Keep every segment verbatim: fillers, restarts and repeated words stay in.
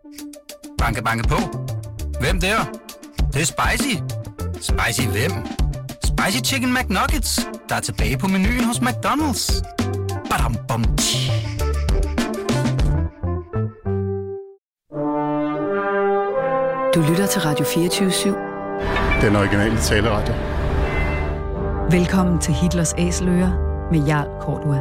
Banke, banke på. Hvem der? Det, det er spicy. Spicy hvem? Spicy Chicken McNuggets, der er tilbage på menuen hos McDonald's. Badum, bom, tji. Du lytter til Radio fireogtyve syv. Den originale taleradio. Velkommen til Hitlers Æseløer med Jarl Cordua.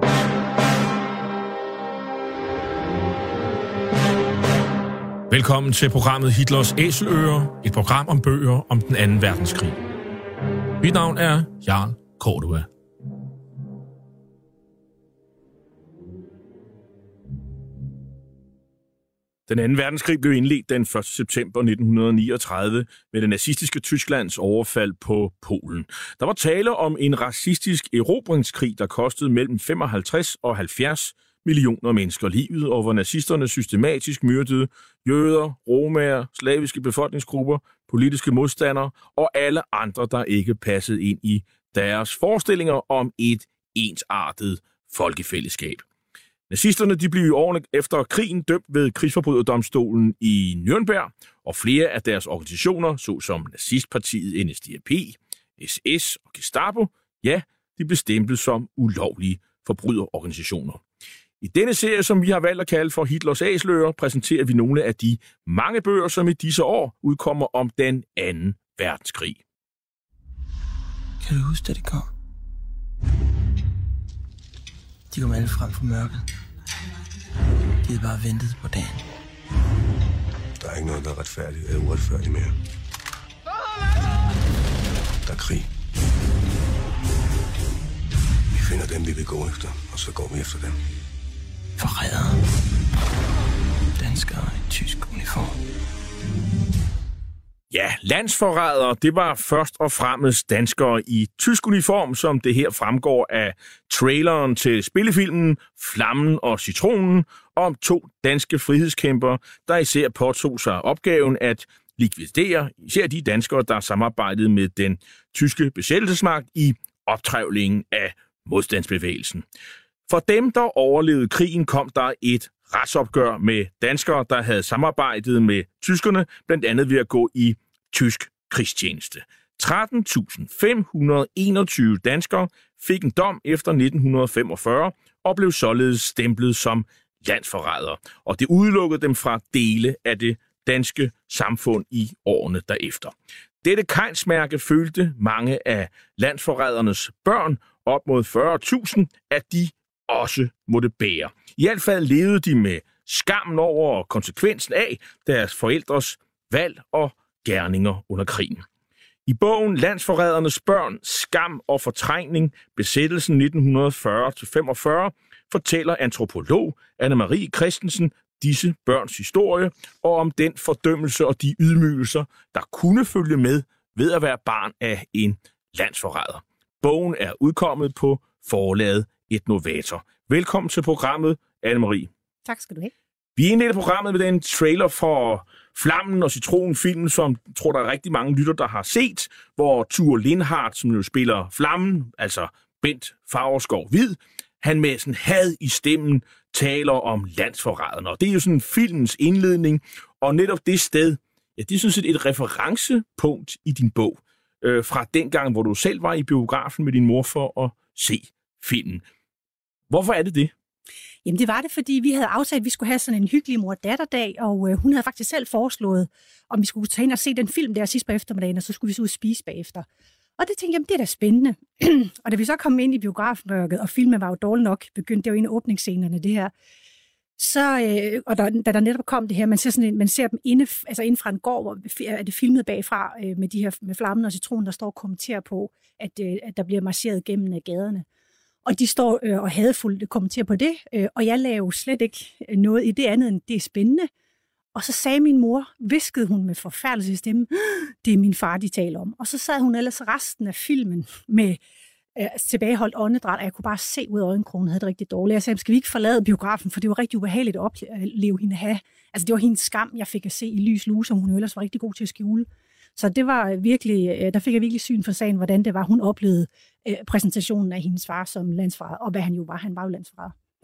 Velkommen til programmet Hitlers Æseløer, et program om bøger om den anden verdenskrig. Mit navn er Jarl Cordua. Den anden verdenskrig blev indledt den første september nitten niogtredive med det nazistiske Tysklands overfald på Polen. Der var tale om en racistisk erobringskrig, der kostede mellem femoghalvtreds og halvfjerds millioner mennesker livet, og hvor nazisterne systematisk myrdede jøder, romaer, slaviske befolkningsgrupper, politiske modstandere og alle andre, der ikke passede ind i deres forestillinger om et ensartet folkefællesskab. Nazisterne de blev i årene efter krigen dømt ved krigsforbryderdomstolen i Nürnberg, og flere af deres organisationer, såsom nazistpartiet N S D A P, S S og Gestapo, ja, de blev stemplet som ulovlige forbryderorganisationer. I denne serie, som vi har valgt at kalde for Hitlers Æseløer, præsenterer vi nogle af de mange bøger, som i disse år udkommer om den anden verdenskrig. Kan du huske, at det kom? De kom alle frem fra mørket. De havde bare ventet på dagen. Der er ikke noget, der er retfærdigt eller uretfærdigt mere. Der er krig. Vi finder dem, vi vil gå efter, og så går vi efter dem. Forrædere. Danskere i tysk uniform. Ja, landsforrædere, det var først og fremmest danskere i tysk uniform, som det her fremgår af traileren til spillefilmen Flammen og Citronen, om to danske frihedskæmpere, der især påtog sig opgaven at likvidere især de danskere, der samarbejdede med den tyske besættelsesmagt i optrævlingen af modstandsbevægelsen. For dem, der overlevede krigen, kom der et retsopgør med danskere, der havde samarbejdet med tyskerne, blandt andet ved at gå i tysk krigstjeneste. tretten tusind fem hundrede og enogtyve danskere fik en dom efter nitten femogfyrre og blev således stemplet som landsforrædere, og det udelukkede dem fra dele af det danske samfund i årene derefter. Dette kejnsmærke følte mange af landsforrædernes børn, op mod fyrre tusind, at de også måtte bære. I hvert fald levede de med skammen over konsekvensen af deres forældres valg og gerninger under krigen. I bogen Landsforrædernes børn, skam og fortrængning, besættelsen nitten fyrre til femogfyrre, fortæller antropolog Anne-Marie Christensen disse børns historie og om den fordømmelse og de ydmygelser, der kunne følge med ved at være barn af en landsforræder. Bogen er udkommet på forlaget Etnovator. Velkommen til programmet, Anne-Marie. Tak skal du have. Vi indledte programmet med den trailer for Flammen og Citronen-filmen, som jeg tror, der er rigtig mange lytter, der har set, hvor Thure Lindhardt, som jo spiller Flammen, altså Bent Faurskov Hvid, han med sådan had i stemmen taler om landsforræderne. Og det er jo sådan filmens indledning, og netop det sted, ja, det er sådan set et referencepunkt i din bog, øh, fra den gang, hvor du selv var i biografen med din mor for at se filmen. Hvorfor er det det? Jamen det var det, fordi vi havde aftalt, at vi skulle have sådan en hyggelig mor-datter-dag, og øh, hun havde faktisk selv foreslået, om vi skulle tage ind og se den film der sidst på eftermiddagen, og så skulle vi så ud og spise bagefter. Og det tænkte jeg, det er da spændende. Og da vi så kom ind i biografmørket, og filmen var jo dårlig nok, begyndte det jo en af åbningsscenerne, det her, så, øh, og der, da der netop kom det her, man ser, sådan en, man ser dem inde, altså inden fra en gård, hvor er det filmet bagfra øh, med de her med Flammen og Citronen, der står og kommenterer på, at, øh, at der bliver marcheret gennem øh, gaderne. Og de står øh, og hadefuldt kommenterer på det, øh, og jeg lavede jo slet ikke noget i det andet, end det er spændende. Og så sagde min mor, viskede hun med forfærdelse i stemmen, det er min far, de taler om. Og så sad hun ellers resten af filmen med øh, tilbageholdt åndedræt, og jeg kunne bare se ud af øjenkrogen, havde det rigtig dårligt. Jeg sagde, skal vi ikke forlade biografen, for det var rigtig ubehageligt at opleve hende have. Altså det var hendes skam, jeg fik at se i lys lue, som hun ellers var rigtig god til at skjule. Så det var virkelig, der fik jeg virkelig syn for sagen, hvordan det var, hun oplevede øh, præsentationen af hendes far som landsforræder, og hvad han jo var. Han var jo landsforræder.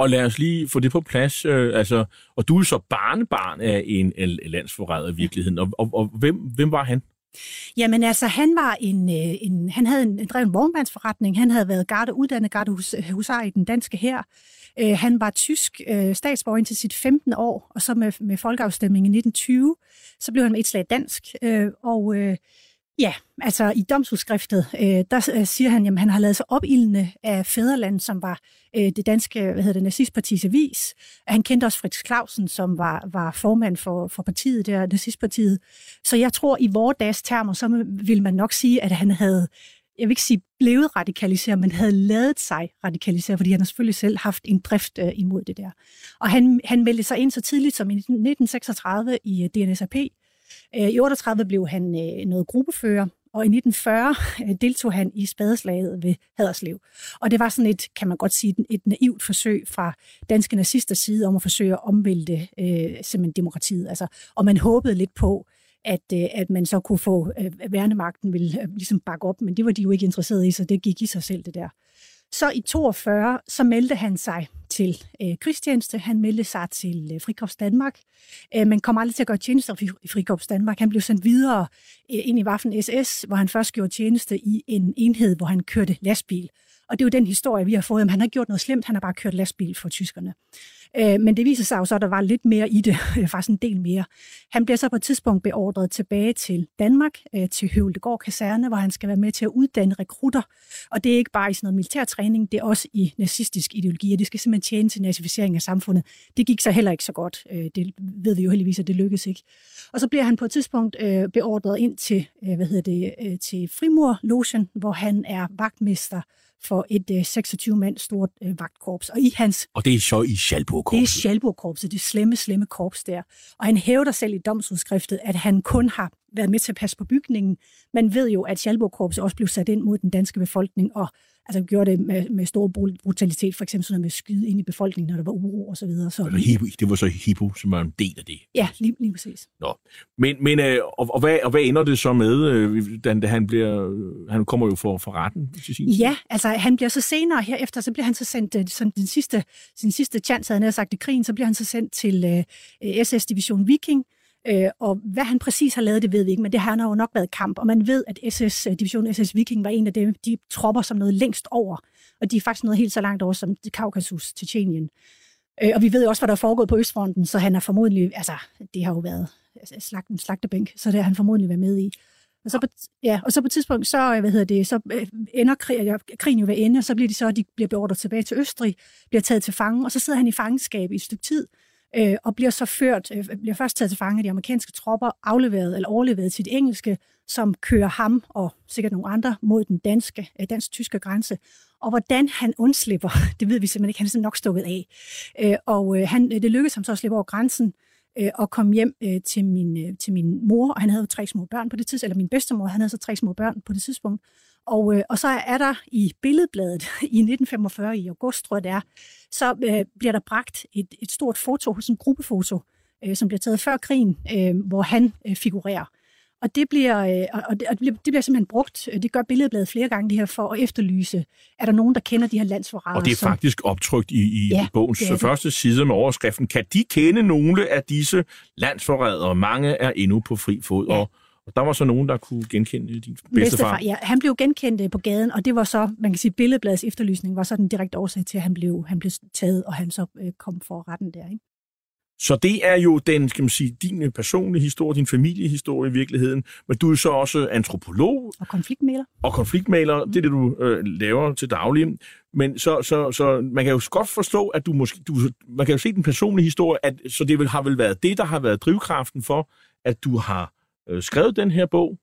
Og lad os lige få det på plads. Øh, altså, og du er så barnebarn af en, en landsforræder i virkeligheden. Og, og, og hvem, hvem var han? Jamen altså, han var en, en han havde en, en dreven vognmandsforretning. Han havde været garde, uddannet gardehusar i den danske hær. Uh, han var tysk uh, statsborger indtil sit femtende år, og så med, med folkeafstemning i nitten tyve, så blev han med et slag dansk. Uh, og uh, ja, altså i domsudskriftet, uh, der uh, siger han, at han har ladet sig opildne af Fædreland, som var uh, det danske, hvad hedder det, nazistpartis avis. Han kendte også Fritz Clausen, som var, var formand for, for partiet, der nazistpartiet. Så jeg tror, i vore dages termer, så vil man nok sige, at han havde, jeg vil ikke sige blevet radikaliseret, men havde ladet sig radikalisere, fordi han har selvfølgelig selv haft en drift øh, imod det der. Og han, han meldte sig ind så tidligt som i nitten seksogtredive i D N S A P. Øh, I otteogtredive blev han øh, noget gruppefører, og i nitten fyrre øh, deltog han i spadeslaget ved Haderslev. Og det var sådan et, kan man godt sige, et naivt forsøg fra danske nazisters side om at forsøge at omvælte øh, simpelthen demokratiet. Altså, og man håbede lidt på, at, at man så kunne få øh, værnemagten ville øh, ligesom bakke op, men det var de jo ikke interesserede i, så det gik i sig selv, det der. Så i toogfyrre, så meldte han sig til øh, krigstjeneste. Han meldte sig til øh, Frikorps Danmark, øh, men kom aldrig til at gøre tjeneste i Frikorps Danmark. Han blev sendt videre øh, ind i Waffen S S, hvor han først gjorde tjeneste i en enhed, hvor han kørte lastbil. Og det er jo den historie, vi har fået. Han har ikke gjort noget slemt, han har bare kørt lastbil for tyskerne. Men det viser sig jo så, at der var lidt mere i det, faktisk en del mere. Han bliver så på et tidspunkt beordret tilbage til Danmark, til Høveldegård Kaserne, hvor han skal være med til at uddanne rekrutter. Og det er ikke bare i sådan noget militærtræning, det er også i nazistisk ideologi, og det skal simpelthen tjene til nazificering af samfundet. Det gik så heller ikke så godt. Det ved vi jo heldigvis, at det lykkedes ikke. Og så bliver han på et tidspunkt beordret ind til, hvad hedder det, til Frimurlogen, hvor han er vagtmester for et øh, seksogtyve mand stort øh, vagtkorps. Og i hans... Og det er så i Schalburg-korpset? Det er Schalburg-korpset, det slemme, slemme korps der. Og han hævder selv i domsudskriftet, at han kun har været med til at passe på bygningen. Man ved jo, at Schalburg-korpset også blev sat ind mod den danske befolkning, og altså gjorde det med, med stor brutalitet, for eksempel sådan noget med skyde ind i befolkningen, når der var uro og så videre. Så, det var så Hippo, som var en del af det. Ja, lige, lige præcis. Nå. Men, men øh, og, og, hvad, og hvad ender det så med, øh, da han bliver, han kommer jo for, for retten til sin Ja, altså han bliver så senere herefter, så bliver han så sendt, som den sidste, sin sidste chance, havde han sagt i krigen, så bliver han så sendt til øh, S S-division Viking. Øh, og hvad han præcis har lavet, det ved vi ikke, men det har jo nok været kamp, og man ved, at S S, division S S Viking var en af dem, de tropper som noget længst over, og de er faktisk noget helt så langt over som Kaukasus, Tjetjenien. Øh, og vi ved jo også, hvad der er foregået på Østfronten, så han har formodentlig, altså det har jo været altså, en slagtebænk, så det har han formodentlig været med i. Og så på, ja, og så på et tidspunkt, så, hvad hedder det, så ender krig, krigen jo ved ende, og så bliver de så, de bliver beordret tilbage til Østrig, bliver taget til fange, og så sidder han i fangenskab i et stykke tid, øh, og bliver så ført, øh, bliver først taget til fange af de amerikanske tropper, afleveret eller overleveret til de engelske, som kører ham og sikkert nogle andre mod den danske, øh, dansk-tyske grænse. Og hvordan han undslipper, det ved vi simpelthen ikke, han er sådan nok stukket af. Øh, og øh, han, det lykkedes ham så at slippe over grænsen, og kom hjem øh, til, min, øh, til min mor, og han havde jo tre små børn på det tidspunkt, eller min bedstemor, han havde så tre små børn på det tidspunkt. Og, øh, og så er der i Billedbladet i nitten femogfyrre, i august, tror jeg det er, så øh, bliver der bragt et, et stort foto, en gruppefoto, øh, som bliver taget før krigen, øh, hvor han øh, figurerer. Og det bliver, øh, og det, og det bliver simpelthen brugt, det gør Billedbladet flere gange det her, for at efterlyse, er der nogen, der kender de her landsforrædere? Og det er som... faktisk optrykt i, i ja, bogens det det. første side med overskriften. Kan de kende nogle af disse landsforrædere? Mange er endnu på fri fod, ja. og, og der var så nogen, der kunne genkende din bedstefar. Ja, han blev genkendt på gaden, og det var så, man kan sige, Billedbladets efterlysning var så den direkte årsag til, at han blev, han blev taget, og han så øh, kom for retten der, ikke? Så det er jo den, skal man sige, din personlige historie, din familiehistorie i virkeligheden, men du er så også antropolog. Og konfliktmægler. Og konfliktmægler, mm. det er det, du øh, laver til daglig. Men så, så, så man kan jo godt forstå, at du måske, du, man kan jo se den personlige historie, at, så det har vel været det, der har været drivkraften for, at du har øh, skrevet den her bog?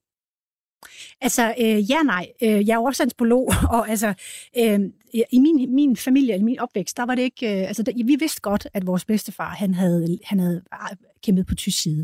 Altså, øh, ja nej. Øh, jeg er jo også antropolog, og altså, øh, i min, min familie, i min opvækst, der var det ikke, øh, altså, der, vi vidste godt, at vores bedstefar, han havde, han havde kæmpet på tysk side.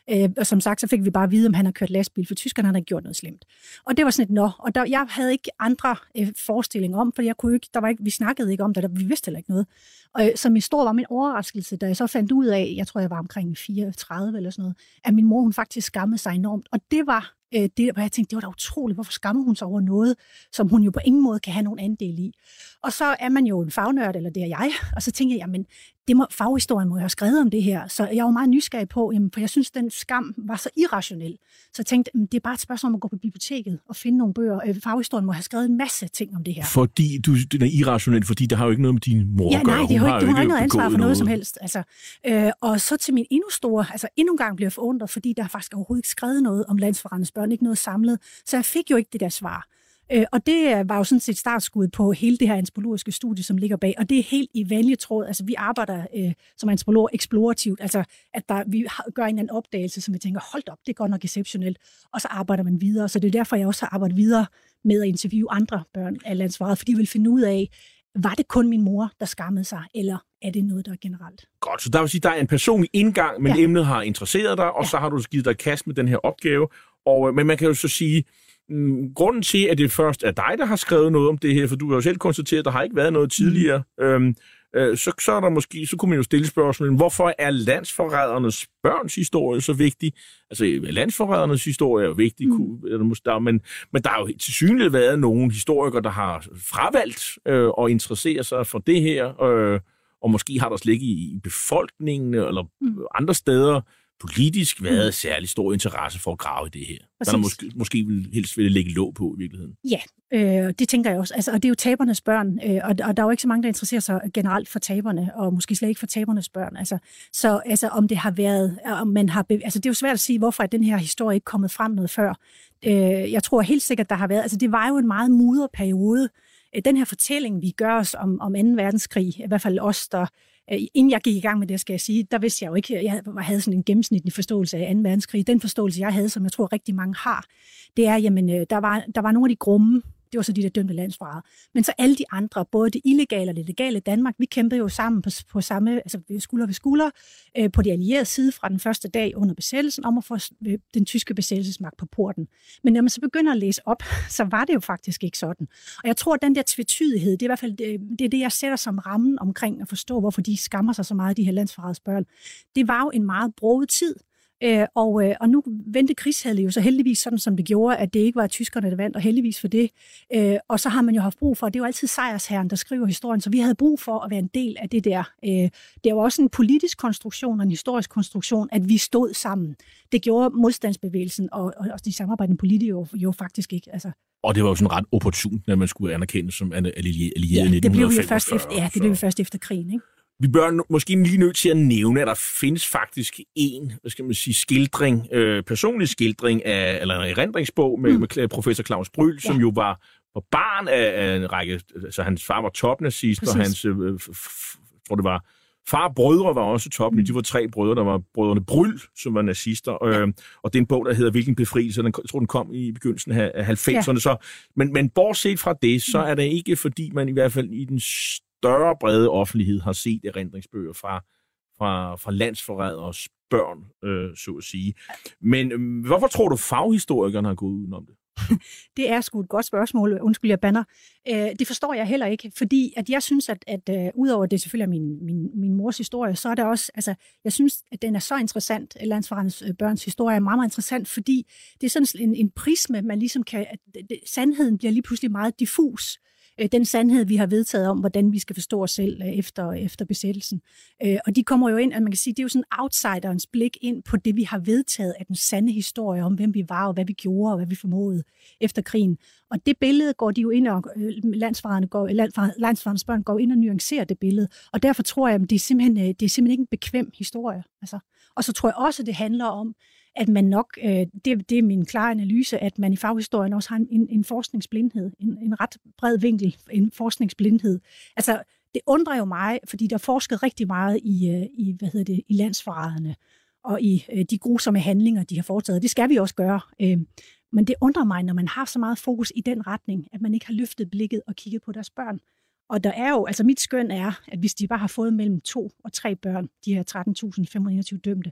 Øh, og som sagt, så fik vi bare at vide, om han har kørt lastbil, for tyskerne havde ikke gjort noget slemt. Og det var sådan et nå. Og der, jeg havde ikke andre øh, forestillinger om, for jeg kunne ikke, der var ikke, vi snakkede ikke om det, der, vi vidste heller ikke noget. Og øh, som i stor var min overraskelse, da jeg så fandt ud af, jeg tror, jeg var omkring fireogtredive eller sådan noget, at min mor, hun faktisk skammede sig enormt. Og det var øh, det, hvor jeg tænkte, det var da utroligt, hvorfor skammer hun sig over noget, som hun jo på ingen måde kan have nogen andel i. Og så er man jo en fagnørd, eller det er jeg, og så tænker jeg, jamen, det må, faghistorien må jeg have skrevet om det her. Så jeg var meget nysgerrig på, jamen, for jeg synes, den skam var så irrationel. Så jeg tænkte, det er bare et spørgsmål om at gå på biblioteket og finde nogle bøger. Faghistorien må have skrevet en masse ting om det her. Fordi du, den er irrationel, fordi det har jo ikke noget med din mor ja, at gøre. Nej, det har hun ikke, har ikke noget ansvar for noget, noget som helst. Altså, øh, og så til min endnu store, altså endnu en gang blev jeg forundret, fordi der faktisk overhovedet ikke skrevet noget om landsforrædernes børn, ikke noget samlet. Så jeg fik jo ikke det der svar. Øh, og det var jo sådan set startskud på hele det her antropologiske studie, som ligger bag. Og det er helt i vælgetråd. Altså, vi arbejder øh, som antropologer eksplorativt. Altså, at der, vi gør en eller anden opdagelse, som vi tænker, hold op, det er godt nok exceptionelt. Og så arbejder man videre. Så det er derfor, jeg også har arbejdet videre med at interviewe andre børn af landsforrædere, fordi jeg vil finde ud af, var det kun min mor, der skammede sig, eller er det noget, der er generelt? Godt, så der vil sige, der er en personlig indgang, men ja. Emnet har interesseret dig, og ja. Så har du givet dig kast med den her opgave. Og, men man kan jo så sige, mm, grunden til, at det først er dig, der har skrevet noget om det her, for du har jo selv konstateret, at der har ikke været noget tidligere, mm. øhm, øh, så, så er der måske, så kunne man jo stille spørgsmålet, hvorfor er landsforrædernes børns historie så vigtig? Altså, landsforrædernes historie er jo vigtig, mm. der, men, men der har jo tilsyneladende været nogle historikere, der har fravalgt øh, at interessere sig for det her, øh, og måske har der slet ikke i befolkningen eller mm. andre steder politisk været særlig stor interesse for at grave i det her. Præcis. Der er måske, måske vil helst ville lægge låg på i virkeligheden. Ja, øh, det tænker jeg også. Altså, og det er jo tabernes børn, øh, og, og der er jo ikke så mange, der interesserer sig generelt for taberne, og måske slet ikke for tabernes børn. Altså, så altså, om det har været, om man har, altså, det er jo svært at sige, hvorfor er den her historie ikke kommet frem noget før. Øh, jeg tror helt sikkert, der har været, altså det var jo en meget mudret periode. Den her fortælling, vi gør os om, om anden verdenskrig, i hvert fald os, der inden jeg gik i gang med det, skal jeg sige, der vidste jeg jo ikke, jeg havde sådan en gennemsnitlig forståelse af anden verdenskrig. Den forståelse, jeg havde, som jeg tror rigtig mange har, det er, jamen, der var, der var nogle af de grumme, det var så de der dømte landsforrædere. Men så alle de andre, både det illegale og det legale Danmark, vi kæmpede jo sammen på, på samme, altså skulder ved skulder, øh, på de allierede side fra den første dag under besættelsen, om at få den tyske besættelsesmagt på porten. Men når man så begynder at læse op, så var det jo faktisk ikke sådan. Og jeg tror, at den der tvetydighed, det er i hvert fald det, det, er det jeg sætter som rammen omkring at forstå, hvorfor de skammer sig så meget, de her landsforræders børn. Det var jo en meget broget tid. Øh, og, øh, og nu vendte krigshavet jo så heldigvis sådan, som det gjorde, at det ikke var tyskerne, der vandt, og heldigvis for det. Øh, og så har man jo haft brug for, det er jo altid sejrsherren, der skriver historien, så vi havde brug for at være en del af det der. Øh, det er jo også en politisk konstruktion og en historisk konstruktion, at vi stod sammen. Det gjorde modstandsbevægelsen og, og, og de samarbejdende politikere jo, jo faktisk ikke. Altså. Og det var jo sådan ret opportunt, når man skulle anerkendes som allierede i ja, nitten femogfyrre. Det blev vi først efter, ja, det blev vi først efter krigen, ikke? Vi bør måske lige nødt til at nævne, at der findes faktisk en, hvad skal man sige, skildring, øh, personlig skildring af, eller en erindringsbog med, mm. med professor Claus Bryl, ja. Som jo var, var barn af, af en række, altså hans far var topnazist, og hans, øh, f, f, tror det var, far og brødre var også toppen. Mm. De var tre brødre, der var brødrene Bryl, som var nazister, øh, og det er en bog, der hedder Hvilken befrielse, den, jeg tror, den kom i begyndelsen af halvfemserne. Ja. Så, men, men bortset fra det, så er det ikke, fordi man i hvert fald i den større brede offentlighed har set erindringsbøger fra, fra, fra landsforræderes børn, øh, så at sige. Men øh, hvorfor tror du, faghistorikerne har gået udenom det? Det er sgu et godt spørgsmål. Undskyld, jeg bander. Øh, det forstår jeg heller ikke, fordi at jeg synes, at, at uh, udover det selvfølgelig er min, min, min mors historie, så er det også, altså, jeg synes, at den er så interessant, landsforrædernes børns historie er meget, meget interessant, fordi det er sådan en, en prisme, man ligesom kan, at det, sandheden bliver lige pludselig meget diffus. Den sandhed, vi har vedtaget om, hvordan vi skal forstå os selv efter, efter besættelsen. Og de kommer jo ind, at man kan sige, det er jo sådan outsiderens blik ind på det, vi har vedtaget af den sande historie om, hvem vi var, og hvad vi gjorde, og hvad vi formåede efter krigen. Og det billede går de jo ind, og landsforræderne går, landsforrædernes børn går ind og nuancerer det billede. Og derfor tror jeg, at det er simpelthen, det er simpelthen ikke en bekvem historie. Altså. Og så tror jeg også, at det handler om, at man nok, øh, det, det er min klare analyse, at man i faghistorien også har en, en forskningsblindhed, en, en ret bred vinkel, en forskningsblindhed. Altså, det undrer jo mig, fordi der er forsket rigtig meget i, i hvad hedder det, i landsforræderne, og i øh, de grusomme handlinger, de har foretaget. Det skal vi også gøre. Øh, men det undrer mig, når man har så meget fokus i den retning, at man ikke har løftet blikket og kigget på deres børn. Og der er jo, altså mit skøn er, at hvis de bare har fået mellem to og tre børn, de her tretten tusind fem hundrede og enogtyve dømte,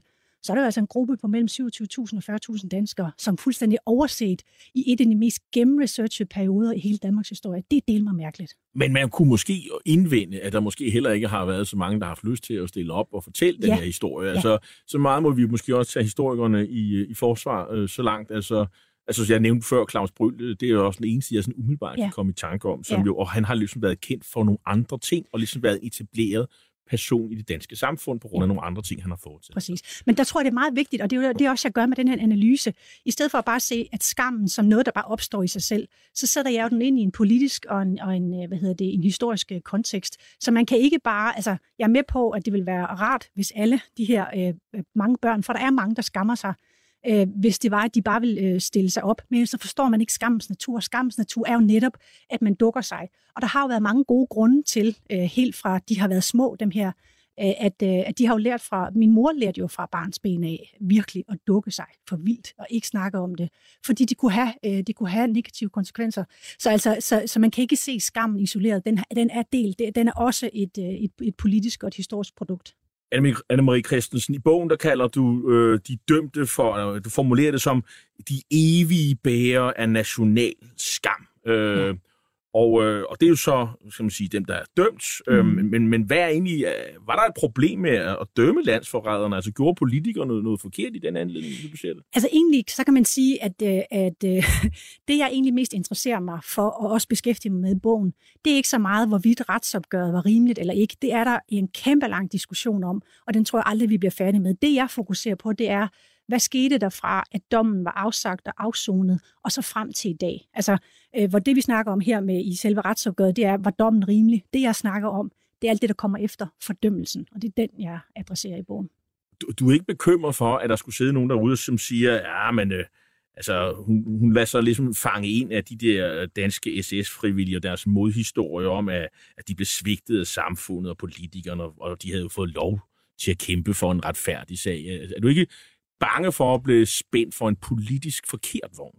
så er der jo altså en gruppe på mellem syvogtyve tusind og fyrre tusind danskere, som fuldstændig overset i et af de mest gennemresearchede perioder i hele Danmarks historie. Det deler mig mærkeligt. Men man kunne måske indvende, at der måske heller ikke har været så mange, der har haft lyst til at stille op og fortælle den ja. her historie. Ja. Altså, så meget må vi måske også tage historikerne i, i forsvar øh, så langt. Altså, altså, jeg nævnte før Claus Bryl, det er jo også den eneste, jeg sådan umiddelbart ja. kan komme i tanke om, som ja. jo, og han har ligesom været kendt for nogle andre ting, og ligesom været etableret person i det danske samfund på grund af ja. nogle andre ting, han har foretaget. Præcis. Men der tror jeg, det er meget vigtigt, og det er jo det, også, jeg gør med den her analyse. I stedet for at bare se, at skammen som noget, der bare opstår i sig selv, så sætter jeg jo den ind i en politisk og en, og en, hvad hedder det, en historisk kontekst. Så man kan ikke bare, altså, jeg er med på, at det vil være rart, hvis alle de her øh, mange børn, for der er mange, der skammer sig, øh, hvis det var, at de bare vil øh, stille sig op. Men så forstår man ikke skammens natur. Skammens natur er jo netop, at man dukker sig. Og der har jo været mange gode grunde til, øh, helt fra de har været små, dem her, øh, at, øh, at de har jo lært fra, min mor lærte jo fra barnsben af virkelig at dukke sig for vildt og ikke snakke om det, fordi de kunne have, øh, de kunne have negative konsekvenser. Så, altså, så, så man kan ikke se skammen isoleret. Den, den er delt. Den er også et, et, et politisk og et historisk produkt. Anne-Marie Christensen, i bogen, der kalder du øh, de dømte for, øh, du formulerer det som de evige bærere af national skam. Øh, ja. og, øh, og det er jo så, skal man sige, dem, der er dømt. Mm. Øh, men, men hvad er egentlig, øh, var der et problem med at dømme landsforræderne? Altså gjorde politikerne noget, noget forkert i den anledning, du ser det? Altså egentlig, så kan man sige, at, at det, jeg egentlig mest interesserer mig for, og også beskæftige mig med i bogen, det er ikke så meget, hvorvidt retsopgøret var rimeligt eller ikke. Det er der en kæmpe lang diskussion om, og den tror jeg aldrig, vi bliver færdige med. Det, jeg fokuserer på, det er, hvad skete der fra, at dommen var afsagt og afsonet, og så frem til i dag? Altså, øh, hvor det vi snakker om her med i selve retsopgøret, det er, var dommen rimelig? Det jeg snakker om, det er alt det, der kommer efter fordømmelsen, og det er den, jeg adresserer i bogen. Du, du er ikke bekymret for, at der skulle sidde nogen derude, som siger, ja, men øh, altså, hun, hun lader sig ligesom fange ind af de der danske S S-frivillige og deres modhistorier om, at, at de blev svigtet af samfundet og politikerne, og de havde jo fået lov til at kæmpe for en retfærdig sag. Er du ikke bange for at blive spændt for en politisk forkert vogn?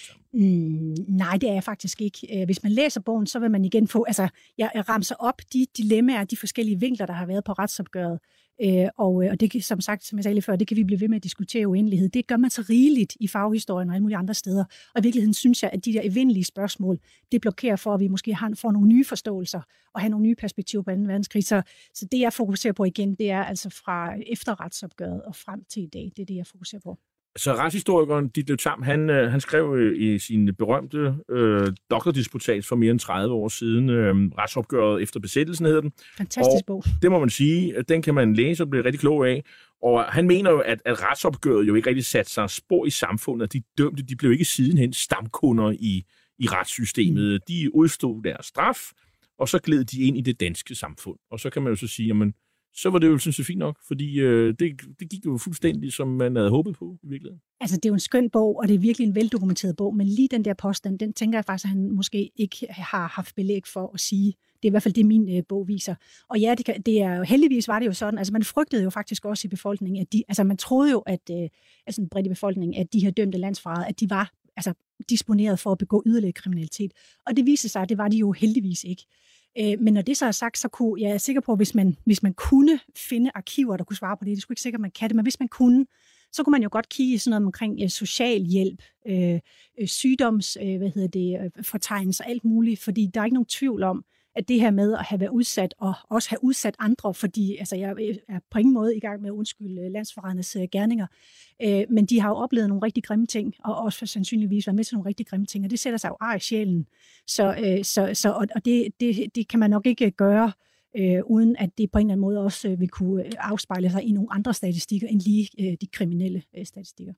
Mm, nej, det er jeg faktisk ikke. Hvis man læser bogen, så vil man igen få, altså jeg ramser op de dilemmaer, de forskellige vinkler, der har været på retsopgøret. Og, og det, som sagt, som jeg sagde lige før, det kan vi blive ved med at diskutere uendelighed. Det gør man så rigeligt i faghistorien og alle mulige andre steder. Og i virkeligheden synes jeg, at de der evindelige spørgsmål, det blokerer for, at vi måske har, får nogle nye forståelser og have nogle nye perspektiver på anden verdenskrig. Så, så det, jeg fokuserer på igen, det er altså fra efter retsopgøret og frem til i dag. Det er det, jeg fokuserer på. Så retshistorikeren Ditlev Tamm, han, han skrev i sin berømte øh, doktordisputat for mere end tredive år siden, øh, Retsopgøret efter besættelsen hedder den. Fantastisk bog. Det må man sige, den kan man læse og blive rigtig klog af. Og han mener jo, at, at retsopgøret jo ikke rigtig satte sig spor i samfundet. De dømte, de blev ikke sidenhen stamkunder i, i retssystemet. Mm. De udstod deres straf, og så gled de ind i det danske samfund. Og så kan man jo så sige, jamen, så var det jo sådan så fint nok, fordi øh, det, det gik jo fuldstændig, som man havde håbet på i virkeligheden. Altså, det er jo en skøn bog, og det er virkelig en veldokumenteret bog, men lige den der påstand, den tænker jeg faktisk, at han måske ikke har haft belæg for at sige. Det er i hvert fald det, min øh, bog viser. Og ja, det, kan, det er heldigvis var det jo sådan, altså man frygtede jo faktisk også i befolkningen, at de, altså man troede jo, at øh, altså en bredt i befolkningen, at de her dømte landsforrædere, at de var altså disponeret for at begå yderligere kriminalitet. Og det viste sig, at det var de jo heldigvis ikke. Men når det så er sagt, så kunne jeg er sikker på, at hvis man, hvis man kunne finde arkiver, der kunne svare på det, det er sgu ikke sikkert, man kan det, men hvis man kunne, så kunne man jo godt kigge i sådan noget omkring uh, social hjælp, øh, sygdoms, øh, hvad hedder det, øh, fortegnelser, alt muligt, fordi der er ikke nogen tvivl om, at det her med at have været udsat, og også have udsat andre, fordi altså, jeg er på ingen måde i gang med at undskylde landsforrædernes uh, gerninger, øh, men de har jo oplevet nogle rigtig grimme ting, og også sandsynligvis været med til nogle rigtig grimme ting, og det sætter sig jo ar i sjælen. Så, øh, så, så, og det, det, det kan man nok ikke gøre, øh, uden at det på en eller anden måde også øh, vil kunne afspejle sig i nogle andre statistikker, end lige øh, de kriminelle øh, statistikker.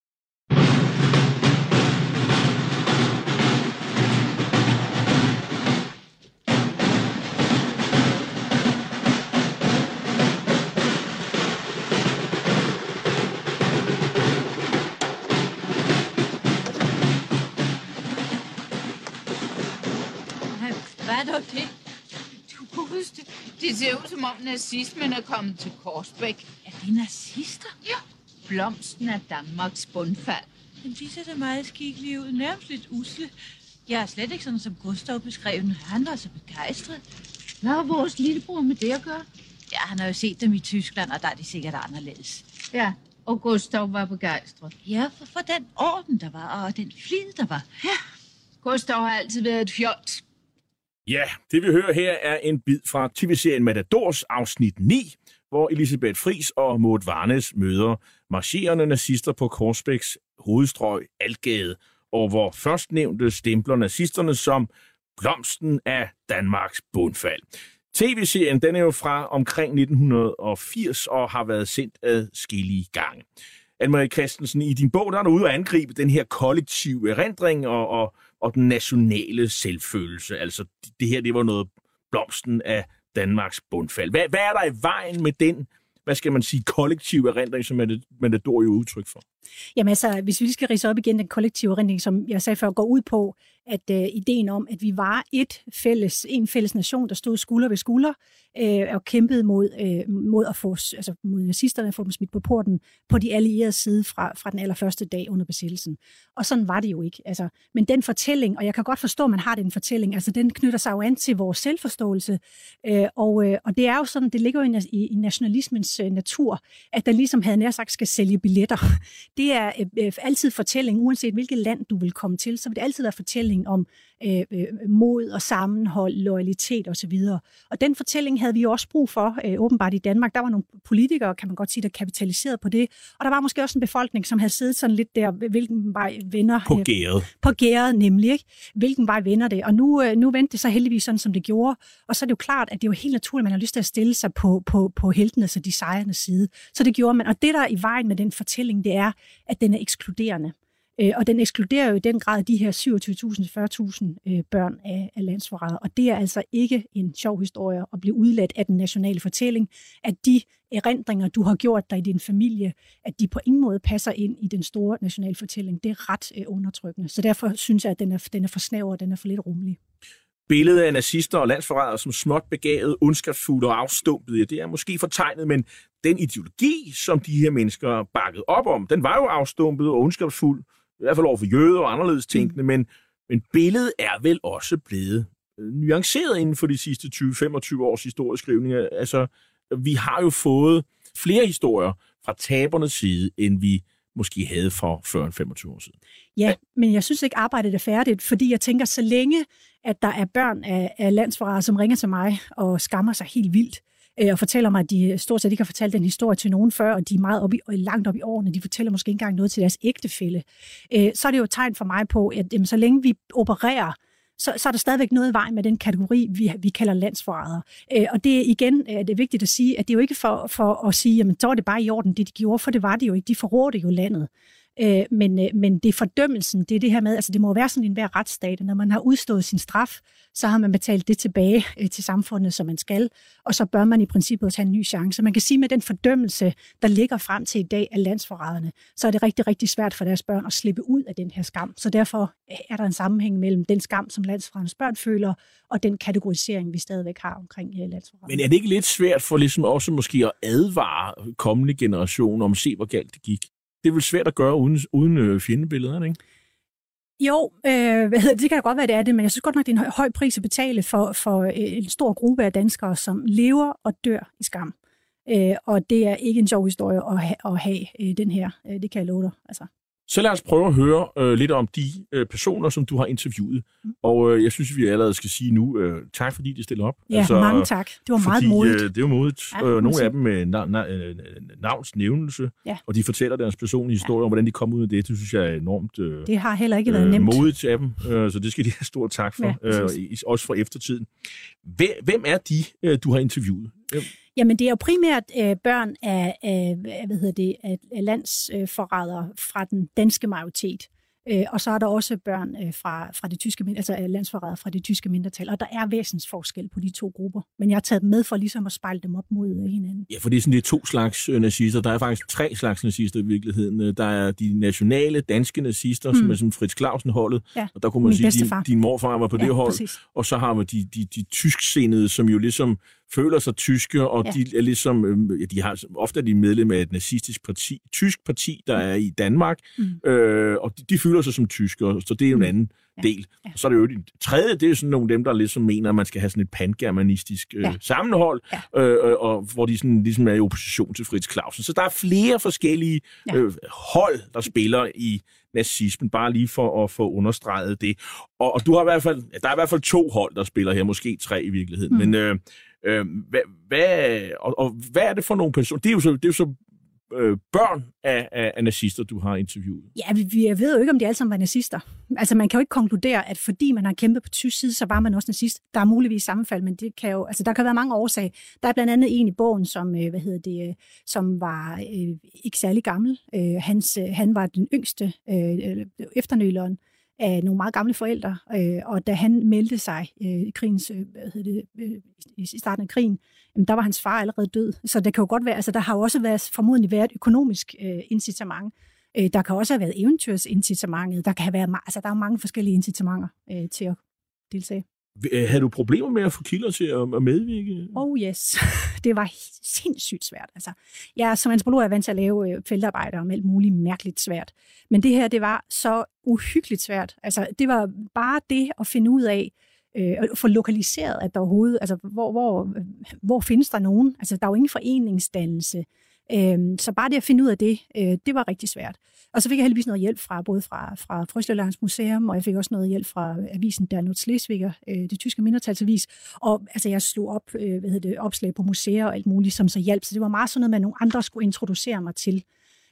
Hvad er det? Du kunne huske det. Det ser ud som om nazismen er kommet til Korsbæk. Er det nazister? Ja. Blomsten af Danmarks bundfald. Men de ser da meget skikkelige ud. Nærmest lidt usle. Jeg er slet ikke sådan, som Gustav beskrev den. Han var så begejstret. Hvad har vores lillebror med det at gøre? Ja, han har jo set dem i Tyskland, og der er de sikkert anderledes. Ja, Og Gustav var begejstret. Ja, for, for den orden, der var, og den flid, der var. Ja, Gustav har altid været et fjols. Ja, det vi hører her er en bid fra T V-serien Matadors afsnit ni, hvor Elisabeth Friis og Maud Varnes møder marcherende nazister på Korsbæks hovedstrøg Algade, og hvor førstnævnte stempler nazisterne som blomsten af Danmarks bundfald. T V-serien den er jo fra omkring nitten firs og har været sendt adskillige gange. Anne-Marie Christensen, i din bog der er du ude at angribe den her kollektive erindring og, og, og den nationale selvfølelse. Altså det her, det var noget blomsten af Danmarks bundfald. Hvad, hvad er der i vejen med den, hvad skal man sige, kollektive erindring, som Matador jo udtryk for? Jamen altså, hvis vi lige skal ridse op igen den kollektive erindring, som jeg sagde før, går ud på, at øh, ideen om, at vi var et fælles, en fælles nation, der stod skulder ved skulder, øh, og kæmpede mod, øh, mod at få, altså mod nazisterne, at få dem smidt på porten på de allierede side fra, fra den allerførste dag under besættelsen. Og sådan var det jo ikke. Altså, men den fortælling, og jeg kan godt forstå, at man har den fortælling, altså den knytter sig jo an til vores selvforståelse, øh, og, øh, og det er jo sådan, det ligger jo i, i nationalismens øh, natur, at der ligesom havde nær sagt skal sælge billetter. Det er øh, altid fortælling, uanset hvilket land du vil komme til, så vil det altid være fortælling om øh, øh, mod og sammenhold, loyalitet osv. Og den fortælling havde vi også brug for, øh, åbenbart i Danmark. Der var nogle politikere, kan man godt sige, der kapitaliserede på det. Og der var måske også en befolkning, som havde siddet sådan lidt der, hvilken vej vender... På gæret. Øh, på gæret, nemlig. Ikke? Hvilken vej vender det? Og nu, øh, nu vendte det så heldigvis sådan, som det gjorde. Og så er det jo klart, at det er jo helt naturligt, at man har lyst til at stille sig på, på, på heltenes og de sejrende side. Så det gjorde man. Og det, der er i vejen med den fortælling, det er, at den er ekskluderende. Og den ekskluderer jo i den grad de her syvogtyve tusind til fyrre tusind øh, børn af, af landsforrædere. Og det er altså ikke en sjov historie at blive udladt af den nationale fortælling, at de erindringer, du har gjort dig i din familie, at de på ingen måde passer ind i den store nationale fortælling. Det er ret øh, undertrykkende. Så derfor synes jeg, at den er, den er for snæver, og den er for lidt rummelig. Billedet af nazister og landsforrædere som småt begavet, ondskabsfulde og afstumpede, ja, det er måske fortegnet, men den ideologi, som de her mennesker bakkede op om, den var jo afstumpet og ondskabsfuld, i hvert fald over for jøder og anderledes tænkende, mm. men, men billedet er vel også blevet nuanceret inden for de sidste tyve til femogtyve års historieskrivning. Altså, vi har jo fået flere historier fra tabernes side, end vi måske havde for fyrre til femogtyve år siden. Ja, men jeg synes ikke, arbejdet er færdigt, fordi jeg tænker, så længe, at der er børn af, af landsforrædere, som ringer til mig og skammer sig helt vildt, og fortæller mig, at de stort set ikke har fortalt den historie til nogen før, og de er meget op i, langt op i årene, de fortæller måske ikke engang noget til deres ægtefælle, så er det jo et tegn for mig på, at jamen, så længe vi opererer, så, så er der stadigvæk noget i vejen med den kategori, vi, vi kalder landsforrædere. Og det er igen det er vigtigt at sige, at det er jo ikke for, for at sige, jamen så var det bare i orden, det de gjorde, for det var det jo ikke. De forrådte jo landet. Men, men det er fordømmelsen, det er det her med, altså det må være sådan i enhver retsstat, når man har udstået sin straf, så har man betalt det tilbage til samfundet, som man skal, og så bør man i princippet tage en ny chance. Man kan sige, med den fordømmelse, der ligger frem til i dag af landsforræderne, så er det rigtig, rigtig svært for deres børn at slippe ud af den her skam. Så derfor er der en sammenhæng mellem den skam, som landsforrædernes børn føler, og den kategorisering, vi stadigvæk har omkring landsforræderne. Men er det ikke lidt svært for ligesom også måske at advare kommende generationer om at se, hvor galt det gik? Det er vel svært at gøre uden, uden fjendebilleder, ikke? Jo, øh, det kan da godt være, det er det, men jeg synes godt nok, det er en høj pris at betale for, for en stor gruppe af danskere, som lever og dør i skam. Øh, og det er ikke en sjov historie at have, at have øh, den her. Øh, det kan jeg love dig. Altså. Så lad os prøve at høre øh, lidt om de øh, personer, som du har interviewet. Mm. Og øh, jeg synes, vi allerede skal sige nu, øh, tak fordi de stiller op. Ja, altså, mange tak. Det var fordi, meget modigt. Øh, det var modigt. Ja, øh, nogle af dem med na- na- navns nævnelse, ja. Og de fortæller deres personlige historie, ja. Om hvordan de kom ud af det. Det synes jeg er enormt øh, det har heller ikke været øh, nemt. Modigt af dem, øh, så det skal de have stor tak for. Ja, øh, også for eftertiden. Hvem er de, øh, du har interviewet? Hvem? Jamen, det er jo primært øh, børn af, af, hvad hedder det, af, af landsforrædere øh, fra den danske majoritet. Øh, og så er der også børn øh, fra, fra det tyske, altså landsforrædere fra det tyske mindretal. Og der er væsensforskel på de to grupper. Men jeg har taget dem med for ligesom at spejle dem op mod hinanden. Ja, for det er sådan, det er to slags øh, nazister. Der er faktisk tre slags nazister i virkeligheden. Der er de nationale danske nazister, mm. som er sådan Fritz Clausen-holdet. Ja, og der kunne man sige, at din, din morfar var på ja, det hold. Præcis. Og så har man de, de, de tysksindede, som jo ligesom føler sig tyske, og ja. De er ligesom, øh, de har ofte er de medlem af et nazistisk parti, tysk parti, der er i Danmark, mm. øh, og de, de føler sig som tyskere, så det er jo en anden, del. Ja. Og så er det jo det tredje, det er sådan nogle af dem, der ligesom mener, at man skal have sådan et pangermanistisk øh, ja. sammenhold, ja. øh, og hvor de sådan, ligesom er i opposition til Frits Clausen. Så der er flere forskellige ja. øh, hold, der spiller i nazismen, bare lige for at få understreget det. Og, og du har i hvert fald, der er i hvert fald to hold, der spiller her, måske tre i virkeligheden. Mm. Men øh, øh, hvad, hvad, og, og hvad er det for nogle personer? Det er jo så, det er jo så øh, børn af, af, af nazister, du har interviewet. Ja, vi, vi ved jo ikke, om de alle sammen var nazister. Altså, man kan jo ikke konkludere, at fordi man har kæmpet på tysk side, så var man også nazist. Der er muligvis sammenfald, men det kan jo, altså, der kan være mange årsager. Der er blandt andet en i bogen, som, øh, hvad hedder det, øh, som var øh, ikke særlig gammel. Øh, hans, øh, han var den yngste øh, efternøleren af nogle meget gamle forældre, øh, og da han meldte sig øh, i krigens, øh, hvad hedder det, øh, i starten af krigen, jamen, der var hans far allerede død. Så det kan jo godt være, altså der har jo også været, formodentlig været et økonomisk øh, incitament. Øh, der kan også have været eventyrsincitamentet. Der kan have været, altså der er jo mange forskellige incitamenter øh, til at deltage. Havde du problemer med at få kilder til at medvirke? Oh yes, det var sindssygt svært. Altså, jeg som antropolog er vant til at lave feltarbejder om alt muligt mærkeligt svært. Men det her, det var så uhyggeligt svært. Altså, det var bare det at finde ud af, øh, at få lokaliseret, at der overhovedet, altså, hvor, hvor, hvor findes der nogen? Altså, der er jo ingen foreningsdannelse. Så bare det at finde ud af det, det var rigtig svært. Og så fik jeg heldigvis noget hjælp fra både fra, fra Frøslevlands Museum, og jeg fik også noget hjælp fra avisen Der Nordschleswiger, det tyske mindretalsavis. Og altså, jeg slog op, hvad hedder det, opslag på museer og alt muligt, som så hjalp. Så det var meget sådan noget, man nogle andre skulle introducere mig til.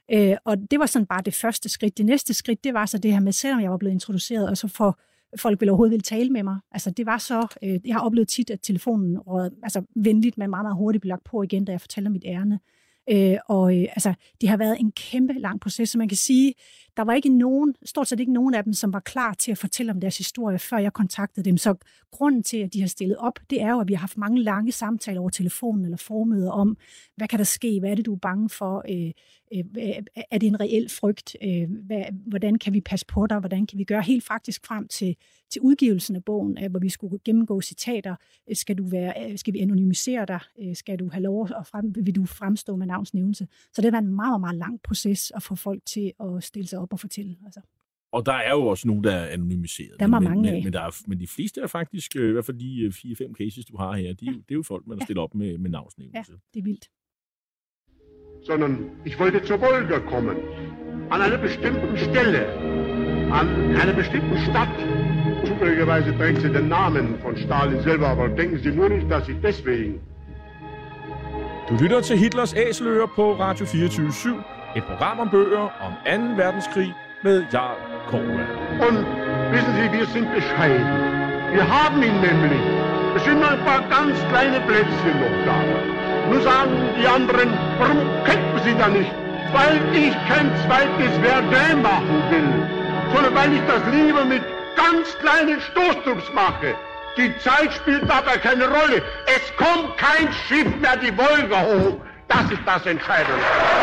Og det var sådan bare det første skridt. Det næste skridt, det var så det her med, selvom jeg var blevet introduceret, og så for folk ville overhovedet ville tale med mig. Altså, det var så, jeg har oplevet tit, at telefonen rød, altså venligt, men meget, meget hurtigt blev lagt på igen, da jeg fortalte mit ærne. Øh, og øh, altså, det har været en kæmpe lang proces, så man kan sige, der var ikke nogen, stort set ikke nogen af dem, som var klar til at fortælle om deres historie, før jeg kontaktede dem. Så grunden til, at de har stillet op, det er jo, at vi har haft mange lange samtaler over telefonen eller formøder om, hvad kan der ske, hvad er det, du er bange for, øh, øh, er det en reel frygt, øh, hvad, hvordan kan vi passe på dig, hvordan kan vi gøre, helt faktisk frem til, til udgivelsen af bogen, øh, hvor vi skulle gennemgå citater, skal, du være, skal vi anonymisere dig, øh, skal du have lov at frem, vil du fremstå med navnsnævnelse. Så det var en meget, meget lang proces at få folk til at stille sig op og fortælle. Altså. Og der er jo også nogen, der er anonymiseret. Der er men, mange men, af. Men, der er, men de fleste er faktisk, i hvert fald de fire fem cases, du har her, de, ja. Det er jo folk, man har stillet op med, med navnsnævnelse. Ja, det er vildt. Sondern ich wollte zur Wolga kommen. An einer bestimmten Stelle. An einer bestimmten Stadt. Zufälligerweise trägt sie den Namen von Stalin selber, aber denken Sie nur nicht, dass ich deswegen... Du lytter til Hitlers Æseløer på Radio fireogtyve syv. Et program om bøger om anden verdenskrig med Jarl Kåre. Und wissen Sie, wir sind bescheiden. Wir haben ihn nämlich. Es sind noch ein paar ganz kleine Plätzchen noch da. Nun sagen die anderen, warum kämpfen Sie da nicht? Weil ich kein zweites Verdun machen will, sondern weil ich das lieber mit ganz kleinen Stoßtrupps mache. Die Zeit spielt dabei keine Rolle. Es kommt kein Schiff mehr die Wolga hoch. Das ist das Entscheidende.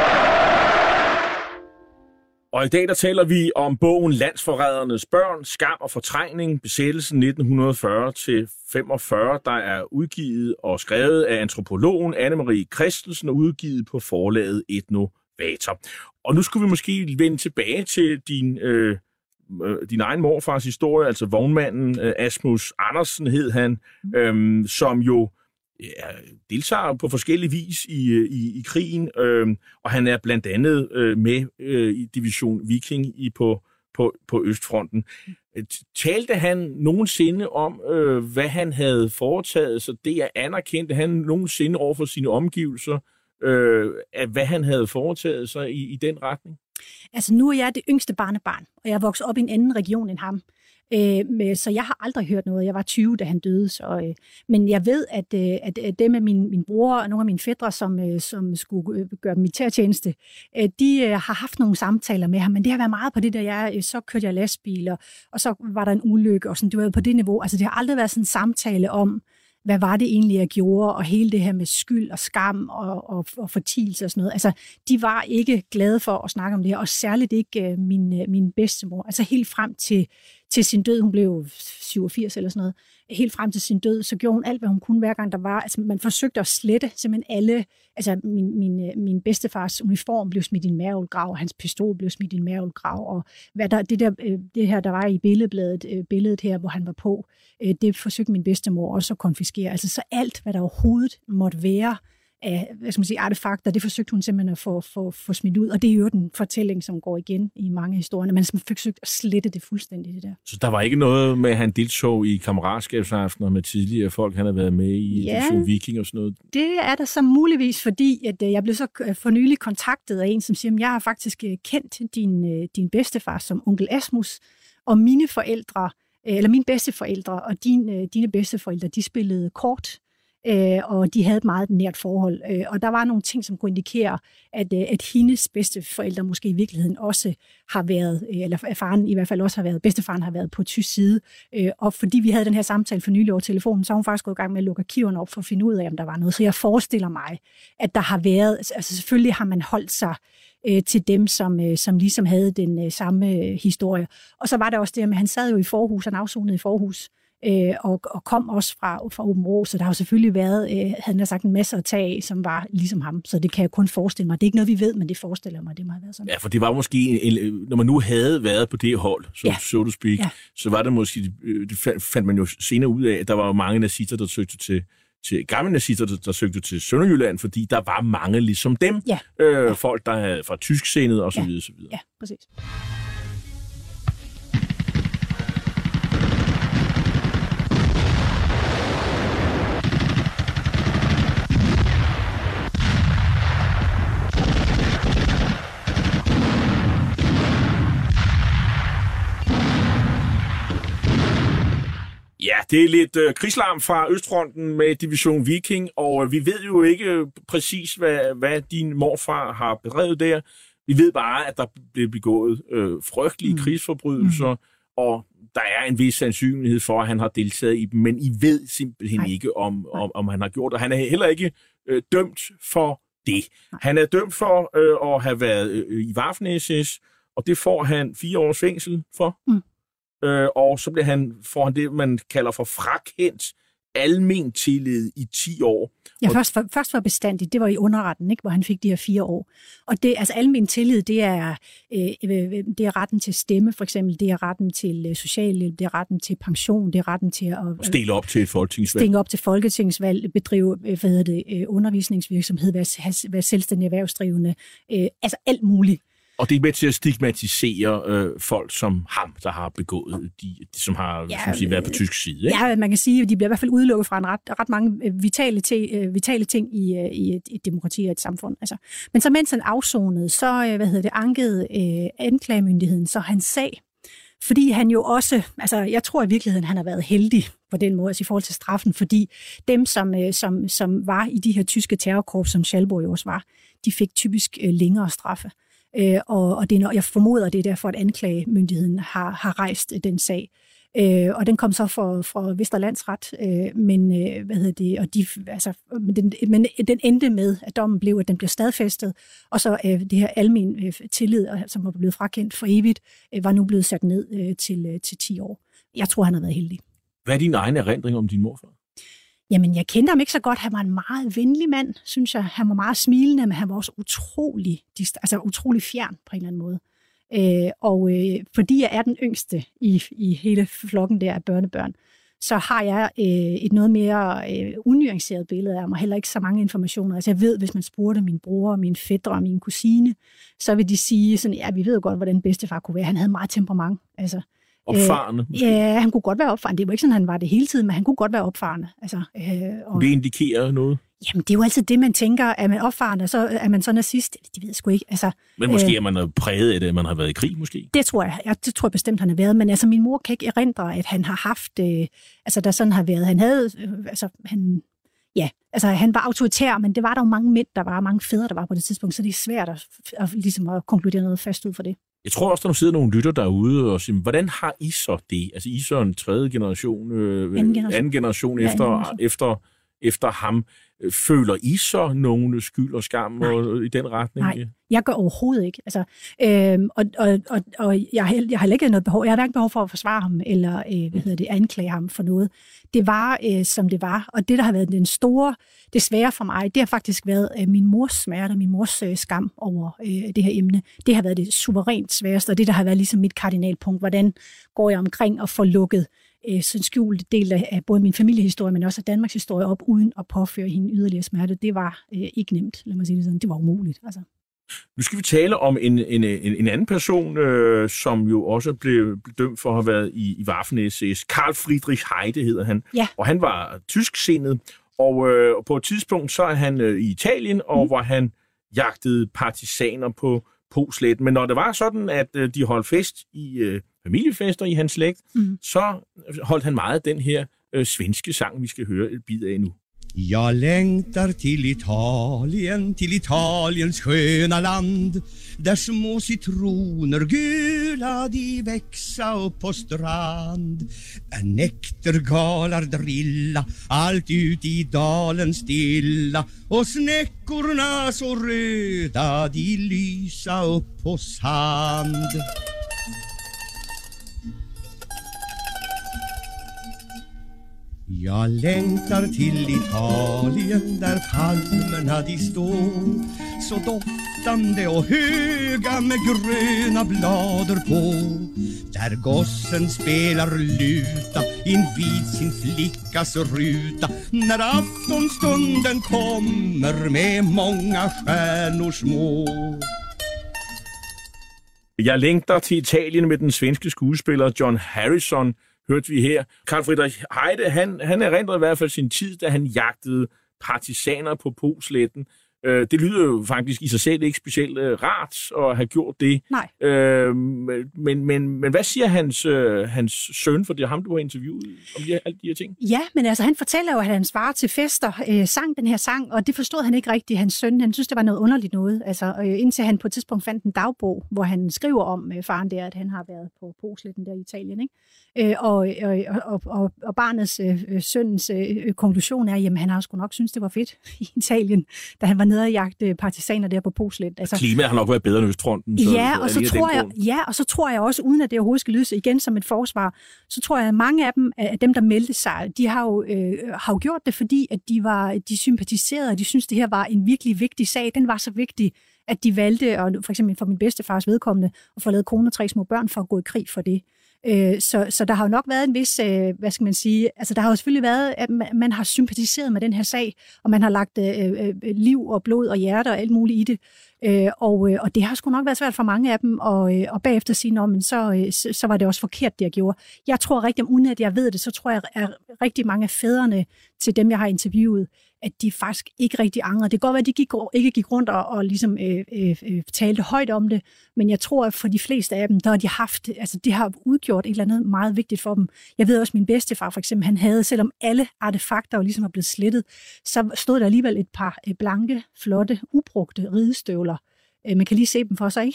Og i dag der taler vi om bogen Landsforrædernes børn, skam og fortrængning, besættelsen nitten fyrre til femogfyrre, der er udgivet og skrevet af antropologen Anne-Marie Christensen og udgivet på forlaget Etnovator. Og nu skulle vi måske vende tilbage til din, øh, din egen morfars historie, altså vognmanden øh, Asmus Andersen hed han, øh, som jo ja, deltager på forskellige vis i, i, i krigen, øh, og han er blandt andet øh, med øh, i Division Viking i, på, på, på Østfronten. Talte han nogensinde om, øh, hvad han havde foretaget, så det er anerkendte han nogensinde over for sine omgivelser, øh, at hvad han havde foretaget sig i, i den retning? Altså nu er jeg det yngste barnebarn, og jeg er vokset op i en anden region end ham. Øh, med, så jeg har aldrig hørt noget. Jeg var tyve, da han døde. Så, øh, men jeg ved, at, øh, at, at dem af min, min bror og nogle af mine fætre, som, øh, som skulle øh, gøre militærtjeneste, øh, de øh, har haft nogle samtaler med ham, men det har været meget på det der, jeg, øh, så kørte jeg lastbiler, og så var der en ulykke, og sådan, det var på det niveau. Altså det har aldrig været sådan en samtale om, hvad var det egentlig, jeg gjorde, og hele det her med skyld og skam og, og, og fortielse og sådan noget. Altså, de var ikke glade for at snakke om det her, og særligt ikke uh, min, uh, min bedstemor. Altså helt frem til, til sin død. Hun blev syvogfirs eller sådan noget. Helt frem til sin død, så gjorde hun alt, hvad hun kunne hver gang der var. Altså, man forsøgte at slette simpelthen alle. Altså, min, min, min bedstefars uniform blev smidt i en mærvelgrav, og hans pistol blev smidt i en mærvelgrav, og hvad der, det, der, det her, der var i billedbladet, billedet her, hvor han var på, det forsøgte min bedstemor også at konfiskere. Altså, så alt, hvad der overhovedet måtte være af, hvad skal man sige, artefakter, det forsøgte hun simpelthen at få, få, få smidt ud. Og det er jo den fortælling, som går igen i mange historier. Man har forsøgt at slette det fuldstændig, det der. Så der var ikke noget med, at han deltog i kammeratskabsaftener med tidligere folk, han har været med i ja, Division Viking og sådan noget? Det er der så muligvis, fordi at jeg blev så for nylig kontaktet af en, som siger, at jeg har faktisk kendt din, din bedstefar som onkel Asmus, og mine forældre, eller mine bedsteforældre og din, dine bedsteforældre, de spillede kort, og de havde et meget nært forhold. Og der var nogle ting, som kunne indikere, at, at hendes bedsteforældre måske i virkeligheden også har været, eller faren i hvert fald også har været, bedstefaren har været på tysk side. Og fordi vi havde den her samtale for nylig over telefonen, så har hun faktisk gået i gang med at lukke arkiverne op for at finde ud af, om der var noget. Så jeg forestiller mig, at der har været, altså selvfølgelig har man holdt sig til dem, som, som ligesom havde den samme historie. Og så var der også det med, han sad jo i forhus, han afsonede i forhus, Øh, og, og kom også fra, fra Åben Rå, så der har jo selvfølgelig været, øh, havde han sagt, en masse at tage af, som var ligesom ham, så det kan jeg kun forestille mig. Det er ikke noget, vi ved, men det forestiller mig, det må have været sådan. Ja, for det var måske, en, når man nu havde været på det hold, så ja. so to speak, ja. så var det måske, det fandt man jo senere ud af, at der var mange nazister, der søgte til, til gamle nazister, der, der søgte til Sønderjylland, fordi der var mange ligesom dem, ja. Øh, ja. folk, der havde fra tysksindet og så ja. videre, så videre. Ja, præcis. Ja, det er lidt øh, krigslarm fra Østfronten med Division Viking, og vi ved jo ikke præcis, hvad, hvad din morfar har bedrevet der. Vi ved bare, at der blev begået øh, frygtelige mm. krigsforbrydelser, mm. og der er en vis sandsynlighed for, at han har deltaget i dem, men I ved simpelthen Nej. ikke, om, om, om han har gjort det. Han er heller ikke øh, dømt for det. Nej. Han er dømt for øh, at have været øh, i Waffen-S S, og det får han fire års fængsel for. Mm. Øh, og så bliver han, får han det, man kalder for frakendt almen tillid i ti år. Ja, først for, først for bestandigt, det var i underretten, ikke, hvor han fik de her fire år. Og det, altså almen tillid, det er, øh, det er retten til stemme, for eksempel, det er retten til øh, socialhjælp, det er retten til pension, det er retten til at... Øh, stille op til et folketingsvalg. Stille op til folketingsvalg, bedrive, øh, hvad hedder det, øh, undervisningsvirksomhed, være, være selvstændig erhvervsdrivende, øh, altså alt muligt. Og det er med til at stigmatisere øh, folk som ham, der har begået, de, de som har ja, som siger, været på tysk side. Ikke? Ja, man kan sige, at de bliver i hvert fald udelukket fra en ret, ret mange vitale, te, vitale ting i, i et, et demokrati og et samfund. Altså. Men så mens han afsonede, så hvad hedder det, ankede øh, anklagemyndigheden så hans sag. Fordi han jo også, altså jeg tror i virkeligheden, han har været heldig på den måde, altså i forhold til straffen, fordi dem, som, som, som var i de her tyske terrorkorps, som Schalburg jo også var, de fik typisk øh, længere straffe. Øh, og, og det er, jeg formoder, det er derfor, at anklagemyndigheden har, har rejst den sag. Øh, og den kom så fra, fra Vesterlandsret, øh, men øh, hvad hedder det, og de, altså, den, men den endte med, at dommen blev, at den blev stadfæstet, og så øh, det her almen øh, tillid, som var blevet frakendt for evigt, øh, var nu blevet sat ned øh, til, øh, til ti år. Jeg tror, han har været heldig. Hvad er din egen erindring om din morfar? Jamen, jeg kendte ham ikke så godt. Han var en meget venlig mand, synes jeg. Han var meget smilende, men han var også utrolig, altså utrolig fjern på en eller anden måde. Øh, og øh, fordi jeg er den yngste i, i hele flokken der af børnebørn, så har jeg øh, et noget mere øh, unuanceret billede af ham, og heller ikke så mange informationer. Altså jeg ved, hvis man spurgte min bror, min fætter og min kusine, så vil de sige sådan, ja, vi ved jo godt, hvordan bedstefar kunne være. Han havde meget temperament, altså. Opfarende? Øh, ja, han kunne godt være opfarende. Det var ikke sådan, han var det hele tiden, men han kunne godt være opfarende. Altså, øh, og, det indikerer noget? Jamen, det er jo altid det, man tænker. Er man opfarende, så er man så nazist? Det ved jeg sgu ikke. Altså, men måske øh, er man præget af det, at man har været i krig, måske? Det tror jeg. jeg det tror jeg bestemt, han har været. Men altså, min mor kan ikke erindre, at han har haft... Øh, altså, der sådan har været... Han havde... Øh, altså, han... Ja, altså han var autoritær, men det var der jo mange mænd, der var mange fædre, der var på det tidspunkt, så det er svært at, at, ligesom at konkludere noget fast ud for det. Jeg tror også, der nu sidder nogle lytter derude og siger, hvordan har I så det? Altså I så en tredje generation, øh, anden generation, anden generation, ja, efter, anden generation. efter, efter ham. Føler I så nogen skyld og skam og, i den retning? Nej, jeg gør overhovedet ikke. Altså, øhm, og og, og, og jeg, har, jeg har ikke noget behov. Jeg har hverken behov for at forsvare ham eller øh, hvad hedder det, anklage ham for noget. Det var, øh, som det var. Og det, der har været den store, det svære for mig, det har faktisk været øh, min mors smerte, min mors øh, skam over øh, det her emne. Det har været det suverænt sværeste, og det, der har været ligesom mit kardinalpunkt. Hvordan går jeg omkring og får lukket sådan en skjult del af både min familiehistorie, men også af Danmarks historie op, uden at påføre hende yderligere smerte. Det var øh, ikke nemt, lad mig sige det sådan. Det var umuligt. Altså. Nu skal vi tale om en, en, en, en anden person, øh, som jo også blev, blev dømt for at have været i, i Waffen-S S. Karl Friedrich Heide hedder han, ja. Og han var tysksindet, og øh, på et tidspunkt så er han øh, i Italien, og mm. hvor han jagtede partisaner på Posletten. Men når det var sådan, at øh, de holdt fest i øh, familiefester i hans slægt, mm. så holdt han meget den her øh, svenske sang, vi skal høre et bid af nu. Jag längtar till Italien, till Italiens sköna land, där små citroner gula de växa upp på strand, där näktergalar drilla allt ut i dalen stilla, och snäckorna så röda de lysa upp på sand. Jag längtar till Italien där palmerna de står så doftande och höga med gröna blader på, där gossen spelar luta invid sin flickas ruta, när aftonstunden kommer med många stjärnor små. Jeg længter til Italien med den svenske skuespiller John Harrison, hørte vi her. Karl Friedrich Heide, han, han erindrede i hvert fald sin tid, da han jagtede partisaner på Posletten. Øh, det lyder jo faktisk i sig selv ikke specielt øh, rart at have gjort det. Nej. Øh, men, men, men hvad siger hans, øh, hans søn, for det er ham, du har interviewet om de her, alle de her ting? Ja, men altså han fortæller jo, at hans far til fester øh, sang den her sang, og det forstod han ikke rigtigt, hans søn. Han synes, det var noget underligt noget. Altså, øh, indtil han på et tidspunkt fandt en dagbog, hvor han skriver om øh, faren der, at han har været på Posletten der i Italien, ikke? Øh, og, og, og, og, og barnets øh, søns øh, konklusion er, jamen han har sgu nok synes det var fedt i Italien, da han var nede og jagte partisaner der på Posletten. Altså, klimaet har nok været bedre end Østfronten. Så ja, og så tror jeg, ja, og så tror jeg også, uden at det overhovedet skal lyde igen som et forsvar, så tror jeg, at mange af dem, af dem der meldte sig, de har jo, øh, har jo gjort det, fordi at de var, de sympatiserede, og de synes det her var en virkelig vigtig sag. Den var så vigtig, at de valgte, og for eksempel for min bedstefars vedkommende, at få lavet kone og tre små børn for at gå i krig for det. Så, så der har jo nok været en vis, hvad skal man sige, altså der har jo selvfølgelig været, at man har sympatiseret med den her sag, og man har lagt øh, liv og blod og hjerte og alt muligt i det. Øh, og, og det har sgu nok været svært for mange af dem, og, og bagefter sige, nå, men så, så, så var det også forkert, det jeg gjorde. Jeg tror rigtig, uden at jeg ved det, så tror jeg, at rigtig mange af fædrene til dem, jeg har interviewet, at de faktisk ikke rigtig angrer. Det kan godt være, at de gik, ikke gik rundt og, og ligesom, øh, øh, talte højt om det, men jeg tror, at for de fleste af dem, der har de haft, altså det har udgjort et eller andet meget vigtigt for dem. Jeg ved også, at min bedstefar for eksempel, han havde, selvom alle artefakter ligesom var blevet slettet, så stod der alligevel et par blanke, flotte, ubrugte ridestøvler. Man kan lige se dem for sig,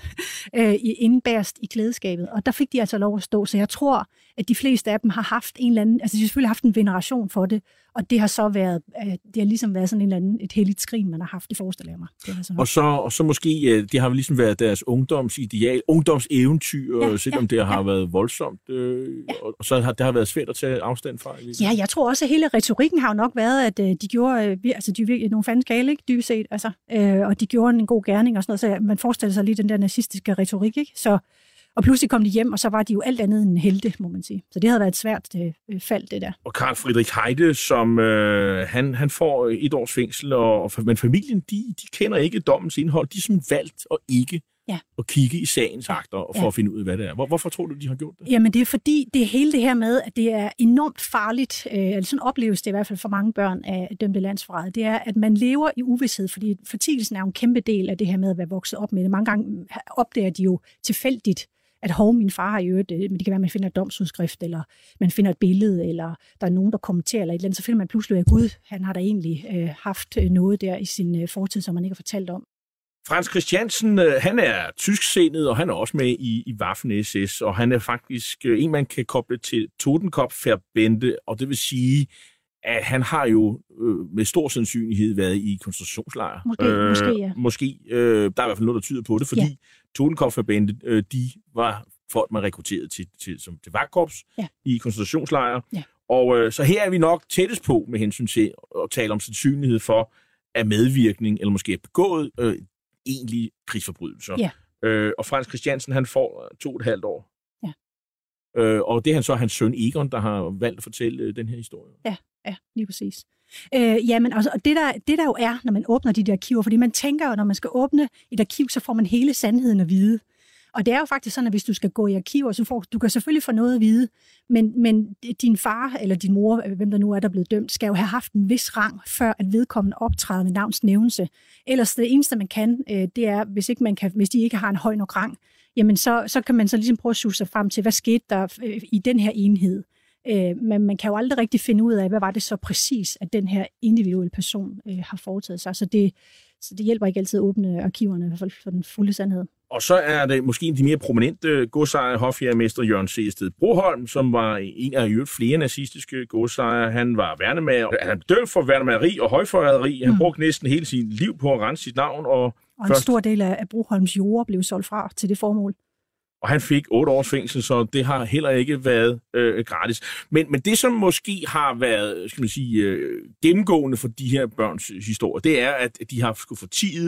ikke? Indbærst i klædeskabet. Og der fik de altså lov at stå. Så jeg tror, at de fleste af dem har haft en eller anden, altså de har selvfølgelig haft en veneration for det, og det har så været, det har ligesom været sådan en eller anden, et helligt skrin, man har haft, det forestiller jeg mig. Det og, så, og så måske, det har ligesom været deres ungdomsideal, ungdomseventyr, ja, selvom ja, det har ja. været voldsomt, øh, ja. og så har det har været svært at tage afstand fra. Ja, jeg tror også, at hele retorikken har jo nok været, at de gjorde, altså de virkelig nogle fandens gale, ikke, dybest set, altså, øh, og de gjorde en god gerning og sådan noget, så man forestiller sig lige den der nazistiske retorik, ikke? Så, og pludselig kom de hjem, og så var de jo alt andet end helte, må man sige. Så det havde været et svært øh, fald, det der. Og Karl Friedrich Heide, som øh, han, han får et års fængsel, og, men familien, de, de kender ikke dommens indhold. De er sådan valgt at ikke ja. at kigge i sagens akter for ja. at finde ud af, hvad det er. Hvor, hvorfor tror du, de har gjort det? Jamen det er fordi, det er hele det her med, at det er enormt farligt, øh, eller sådan opleves det i hvert fald for mange børn af dømte landsforrædere, det er, at man lever i uvished, fordi fortielsen er jo en kæmpe del af det her med at være vokset op med det. Mange gange opdager de jo tilfældigt, at hov, min far har jo det, men det kan være, at man finder et domsudskrift, eller man finder et billede, eller der er nogen, der kommenterer, eller et eller andet, så finder man pludselig, at gud, han har da egentlig øh, haft noget der i sin øh, fortid, som man ikke har fortalt om. Frans Christiansen, øh, han er tysksindet, og han er også med i, i Waffen-S S, og han er faktisk øh, en, man kan koble til Totenkopfverbände, og det vil sige, at han har jo øh, med stor sandsynlighed været i koncentrationslejre. Måske, øh, måske ja. Måske. Øh, der er i hvert fald noget, der tyder på det, fordi ja. Totenkopf-bandet, øh, de var folk, man rekrutteret til, til, som, til vagtkorps ja. i koncentrationslejre. Ja. Og øh, så her er vi nok tættest på med hensyn til at tale om sandsynlighed for, at medvirkning, eller måske begået, øh, egentlige krigsforbrydelser. Ja. Øh, og Frans Christiansen, han får to og et halvt år. Ja. Øh, og det er han så hans søn Egon, der har valgt at fortælle øh, den her historie. Ja, ja, lige præcis. Øh, jamen, altså, og det der, det der jo er, når man åbner de der arkiver, fordi man tænker jo, når man skal åbne et arkiv, så får man hele sandheden at vide. Og det er jo faktisk sådan, at hvis du skal gå i arkiver, så får du kan selvfølgelig få noget at vide, men, men din far eller din mor, hvem der nu er, der er blevet dømt, skal jo have haft en vis rang, før at vedkommende optræder med navns nævnelse. Ellers det eneste, man kan, det er, hvis, ikke man kan, hvis de ikke har en høj nok rang, jamen så, så kan man så ligesom prøve at suge sig frem til, hvad skete der i den her enhed. Men man kan jo aldrig rigtig finde ud af, hvad var det så præcis, at den her individuelle person har foretaget sig. Så det, så det hjælper ikke altid at åbne arkiverne, i hvert fald for den fulde sandhed. Og så er det måske en af de mere prominente godsejer, hofjægermester Jørgen Sehested Broholm, som var en af øvrigt flere nazistiske godsejer. Han var værnemager. Han blev dømt for værnemageri og højforræderi. Han mm. brugte næsten hele sit liv på at rense sit navn. Og, og en først... stor del af Broholms jord blev solgt fra til det formål. Og han fik otte års fængsel, så det har heller ikke været øh, gratis. Men, men det, som måske har været skal man sige, øh, gennemgående for de her børns historie, det er, at de har skulle fortide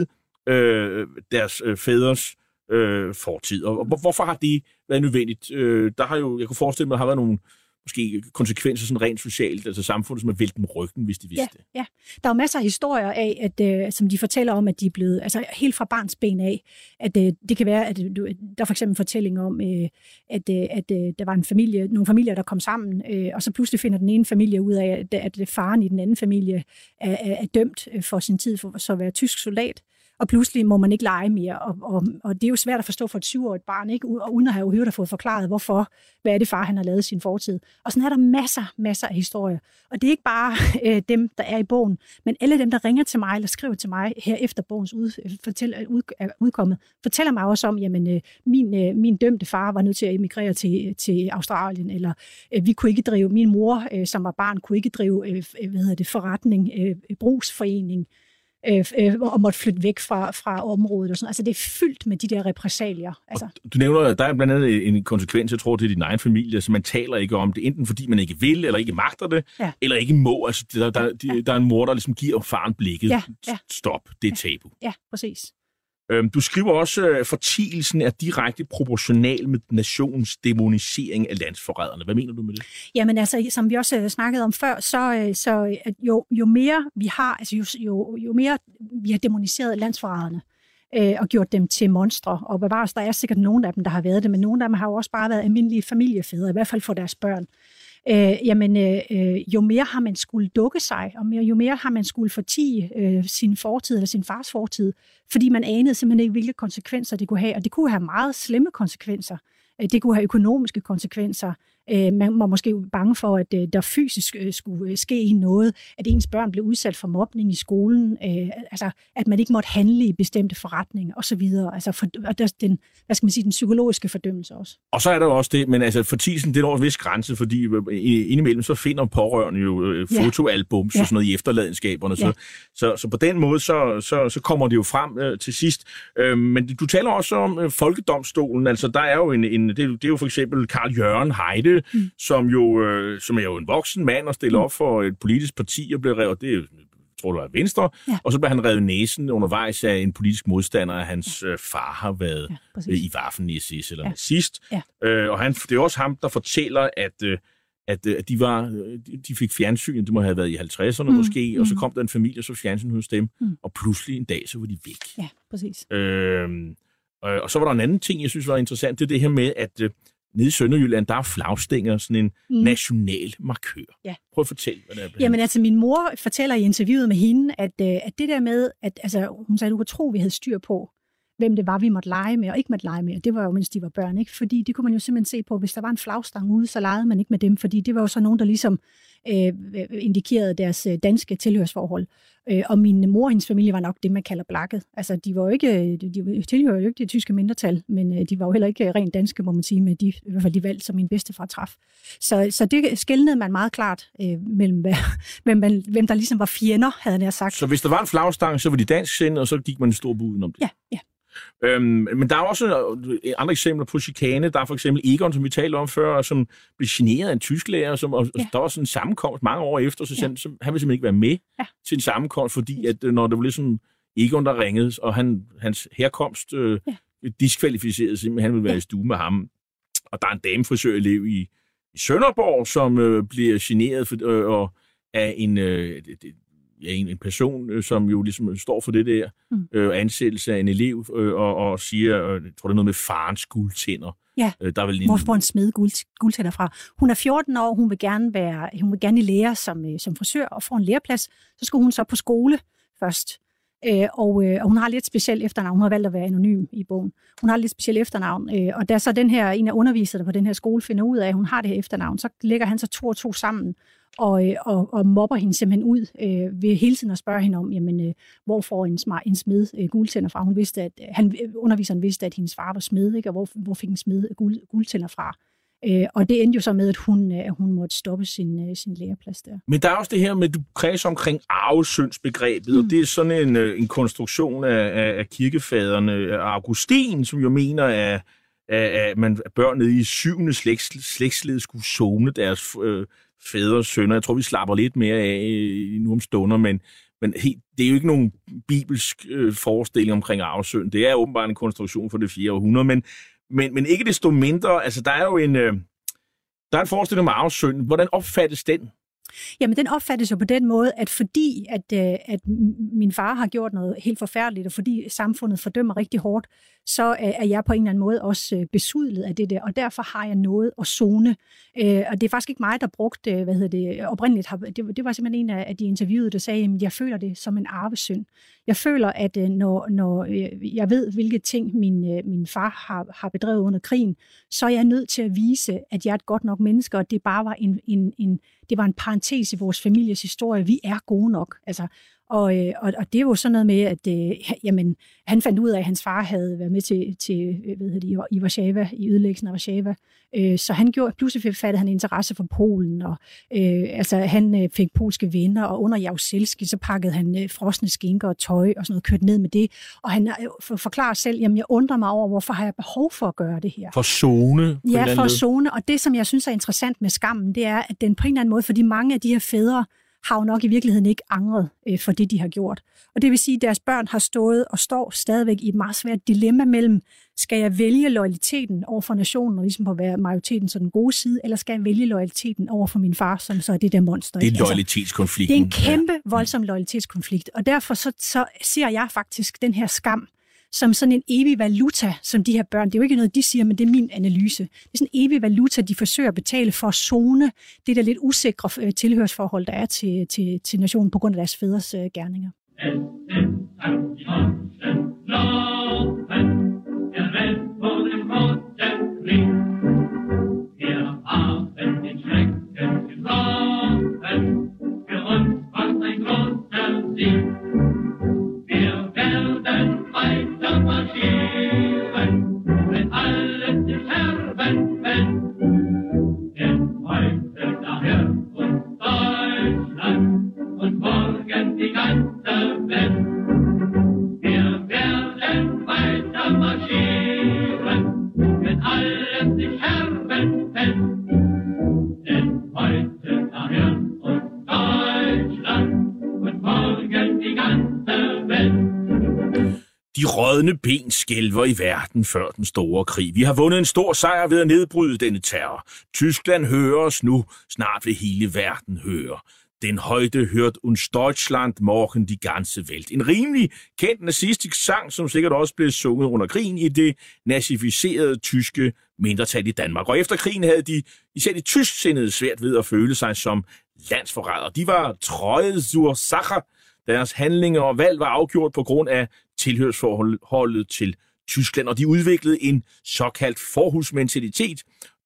øh, deres øh, fædres øh, fortid. Og, og hvorfor har det været nødvendigt? Øh, der har jo, jeg kunne forestille mig, at der har været nogle måske konsekvenser sådan rent socialt, altså samfundet, som er væltet med ryggen, hvis de vidste ja, det. Ja, der er jo masser af historier af, at, øh, som de fortæller om, at de er blevet, altså helt fra barns ben af, at øh, det kan være, at du, der er for eksempel en fortælling om, øh, at, øh, at øh, der var en familie, nogle familier, der kom sammen, øh, og så pludselig finder den ene familie ud af, at, at faren i den anden familie er, er, er dømt for sin tid for så at være tysk soldat. Og pludselig må man ikke lege mere, og, og, og det er jo svært at forstå for et syvårigt barn, ikke? Og uden at have hørt og fået forklaret, hvorfor, hvad er det far, han har lavet i sin fortid. Og sådan er der masser, masser af historier. Og det er ikke bare øh, dem, der er i bogen, men alle dem, der ringer til mig, eller skriver til mig her efter bogens ud, fortæl, ud, er udkommet, fortæller mig også om, jamen øh, min, øh, min dømte far var nødt til at emigrere til, til Australien, eller øh, vi kunne ikke drive, min mor, øh, som var barn, kunne ikke drive øh, hvad hedder det, forretning, øh, brugsforening, Øh, øh, og måtte flytte væk fra, fra området. Og sådan. Altså, det er fyldt med de der repressalier. Altså. Du nævner, at der er blandt andet en konsekvens, jeg tror, til din egen familie, så man taler ikke om det, enten fordi man ikke vil, eller ikke magter det, ja. eller ikke må. Altså, der, der, der, der er en mor, der ligesom giver faren blikket. Ja, ja. Stop, det er tabu. Ja, præcis. Øhm, du skriver også, at fortielsen er direkte proportional med nationens demonisering af landsforræderne. Hvad mener du med det? Jamen altså, som vi også snakkede om før, så, så jo, jo mere vi har, altså jo, jo, jo mere vi har demoniseret landsforræderne øh, og gjort dem til monstre, og bevares, der er sikkert nogle af dem, der har været det, men nogle af dem har jo også bare været almindelige familiefædre, i hvert fald for deres børn. Øh, jamen, øh, jo mere har man skulle dukke sig, og mere, jo mere har man skulle fortige øh, sin fortid eller sin fars fortid, fordi man anede simpelthen ikke, hvilke konsekvenser det kunne have, og det kunne have meget slemme konsekvenser. Det kunne have økonomiske konsekvenser. Man var måske bange for, at der fysisk skulle ske noget, at ens børn blev udsat for mobning i skolen, altså at man ikke måtte handle i bestemte forretninger osv. Altså for, og der, den, hvad skal man sige, den psykologiske fordømmelse også. Og så er der jo også det, men altså fortielsen, det er over en vis grænse, fordi indimellem så finder pårørende jo fotoalbums ja. og sådan noget i efterladenskaberne. Ja. Så, så, så på den måde, så, så, så kommer det jo frem øh, til sidst. Øh, men du taler også om øh, folkedomstolen, altså der er jo en, en det, det er jo for eksempel Karl Jørgen Heide, mm. som jo øh, som er jo en voksen mand og stiller mm. op for et politisk parti og bliver revet, det er jo, jeg tror det var Venstre, ja. og så bliver han revet næsen undervejs af en politisk modstander, at hans ja. øh, far har været ja, øh, i Waffen-S S eller ja. nazist. Ja. Øh, og han, det er også ham, der fortæller, at øh, at, at de, var, de fik fjernsyn, det må have været i halvtredserne mm. måske, mm. og så kom der en familie, så fjernsyn hos dem, mm. og pludselig en dag, så var de væk. Ja, præcis. Øh, og så var der en anden ting, jeg synes var interessant, det er det her med, at øh, nede i Sønderjylland, der er flagstænger, sådan en mm. national markør. Ja. Prøv at fortælle, hvad det er. Jamen altså, min mor fortæller i interviewet med hende, at, at det der med, at altså, hun sagde, at du kunne tro, vi havde styr på, hvem det var, vi måtte lege med, og ikke måtte lege med. Det var jo, mens de var børn, ikke? Fordi det kunne man jo simpelthen se på, hvis der var en flagstang ude, så legede man ikke med dem, fordi det var jo så nogen, der ligesom øh, indikerede deres øh, danske tilhørsforhold. Øh, og min mor og hendes familie var nok det, man kalder blakket. Altså, de var jo ikke, de tilhører jo ikke det tyske mindretal, men øh, de var jo heller ikke rent danske, må man sige, med de, i hvert fald de valg, som min bedstefar traf. Så, så det skelnede man meget klart øh, mellem, hvem, man, hvem der ligesom var fjender, havde jeg sagt. Så hvis der var en flagstang, så var de dansksindet, og så gik man en stor bud udenom det? Ja, ja. Øhm, men der er også andre eksempler på chikane. Der er for eksempel Egon, som vi talte om før, som blev generet af en tysklærer, som, og ja. der var sådan en sammenkomst mange år efter, så, ja. så han ville simpelthen ikke være med ja. til en sammenkomst, fordi at, når det var ligesom Egon, der ringede, og han, hans herkomst øh, ja. diskvalificerede simpelthen, han ville være ja. i stue med ham. Og der er en damefrisørelev i, i Sønderborg, som øh, bliver generet for, øh, og af en... Øh, det, Ja, en, en person, øh, som jo ligesom står for det der, mm. øh, ansættelse af en elev, øh, og, og siger, øh, jeg tror det er noget med farens guldtænder. Ja, øh, der er vel en... hvor får en smed guld, guldtænder fra? Hun er fjorten år, hun vil gerne være, hun vil gerne i lære som, øh, som frisør, og får en læreplads. Så skal hun så på skole først. Øh, og, øh, og hun har lidt specielt efternavn. Hun har valgt at være anonym i bogen. Hun har lidt specielt efternavn. Øh, og da så den her, en af underviserne på den her skole finder ud af, at hun har det her efternavn, så lægger han så to og to sammen, og, og, og mobber hende simpelthen ud øh, ved hele tiden at spørge hende om, jamen, øh, hvor får en, smar, en smed øh, guldtænder fra? Hun vidste, at, han, underviseren vidste, at hendes far var smed, ikke? Og hvor, hvor fik en smed guld, guldtænder fra? Øh, og det endte jo så med, at hun, at hun måtte stoppe sin, sin læreplads der. Men der er også det her med, du kredser omkring arvesyndsbegrebet, mm. og det er sådan en, en konstruktion af, af kirkefaderne, Augustin, som jo mener, at, at man børn nede i syvende slægts, slægtsled skulle zone deres øh, fædre og sønner. Jeg tror, vi slapper lidt mere af nu om stunder, men, men helt, det er jo ikke nogen bibelsk øh, forestilling omkring arvesynd. Det er åbenbart en konstruktion for det fjerde århundrede, men, men, men ikke desto mindre, altså der er jo en, øh, der er en forestilling om arvesynd. Hvordan opfattes den? Jamen, den opfattes jo på den måde, at fordi at, at min far har gjort noget helt forfærdeligt, og fordi samfundet fordømmer rigtig hårdt, så er jeg på en eller anden måde også besudlet af det der, og derfor har jeg noget at zone. Og det er faktisk ikke mig, der brugte, hvad hedder det, oprindeligt. Det var simpelthen en af de interviewede, der sagde, at jeg føler det som en arvesynd. Jeg føler, at når, når jeg ved, hvilke ting min, min far har, har bedrevet under krigen, så er jeg nødt til at vise, at jeg er et godt nok menneske, og det bare var en, en, en, det var en parentes i vores families historie. Vi er gode nok. Altså, og, og, og det er jo sådan noget med, at øh, jamen, han fandt ud af, at hans far havde været med til, til hvad hedder det, i Warszawa, i ødelæggelsen af Warszawa. Øh, så han gjorde, pludselig fattede han interesse for Polen, og øh, altså, han øh, fik polske venner, og under Jaruzelski, så pakkede han øh, frosne skinker og tøj og sådan noget, kørte ned med det. Og han øh, for, forklarer selv, jamen jeg undrer mig over, hvorfor har jeg behov for at gøre det her? For zone? Ja, for zone. Og det, som jeg synes er interessant med skammen, det er, at den på en eller anden måde, fordi mange af de her fædre har jo nok i virkeligheden ikke angret øh, for det, de har gjort. Og det vil sige, at deres børn har stået og står stadigvæk i et meget svært dilemma mellem, skal jeg vælge loyaliteten over for nationen, og ligesom på at være majoriteten så den gode side, eller skal jeg vælge loyaliteten over for min far, som så er det der monster? Det er loyalitetskonflikten. Altså, det er en kæmpe, voldsom loyalitetskonflikt, og derfor så, så ser jeg faktisk den her skam som sådan en evig valuta, som de her børn, det er jo ikke noget, de siger, men det er min analyse. Det er sådan en evig valuta, de forsøger at betale for at zone det der lidt usikre tilhørsforhold, der er til, til, til nationen på grund af deres fædres uh, gerninger. De rådne ben skælver i verden før den store krig. Vi har vundet en stor sejr ved at nedbryde denne terror. Tyskland hører os nu. Snart vil hele verden høre. Den højde hørt uns Deutschland morgen die ganze Welt. En rimelig kendt nazistisk sang, som sikkert også blev sunget under krigen i det nazificerede tyske mindretal i Danmark. Og efter krigen havde de, især de tysksindede, svært ved at føle sig som landsforrædere. De var treue zur Sache. Deres handlinger og valg var afgjort på grund af tilhørsforholdet til Tyskland, og de udviklede en såkaldt forhusmentalitet,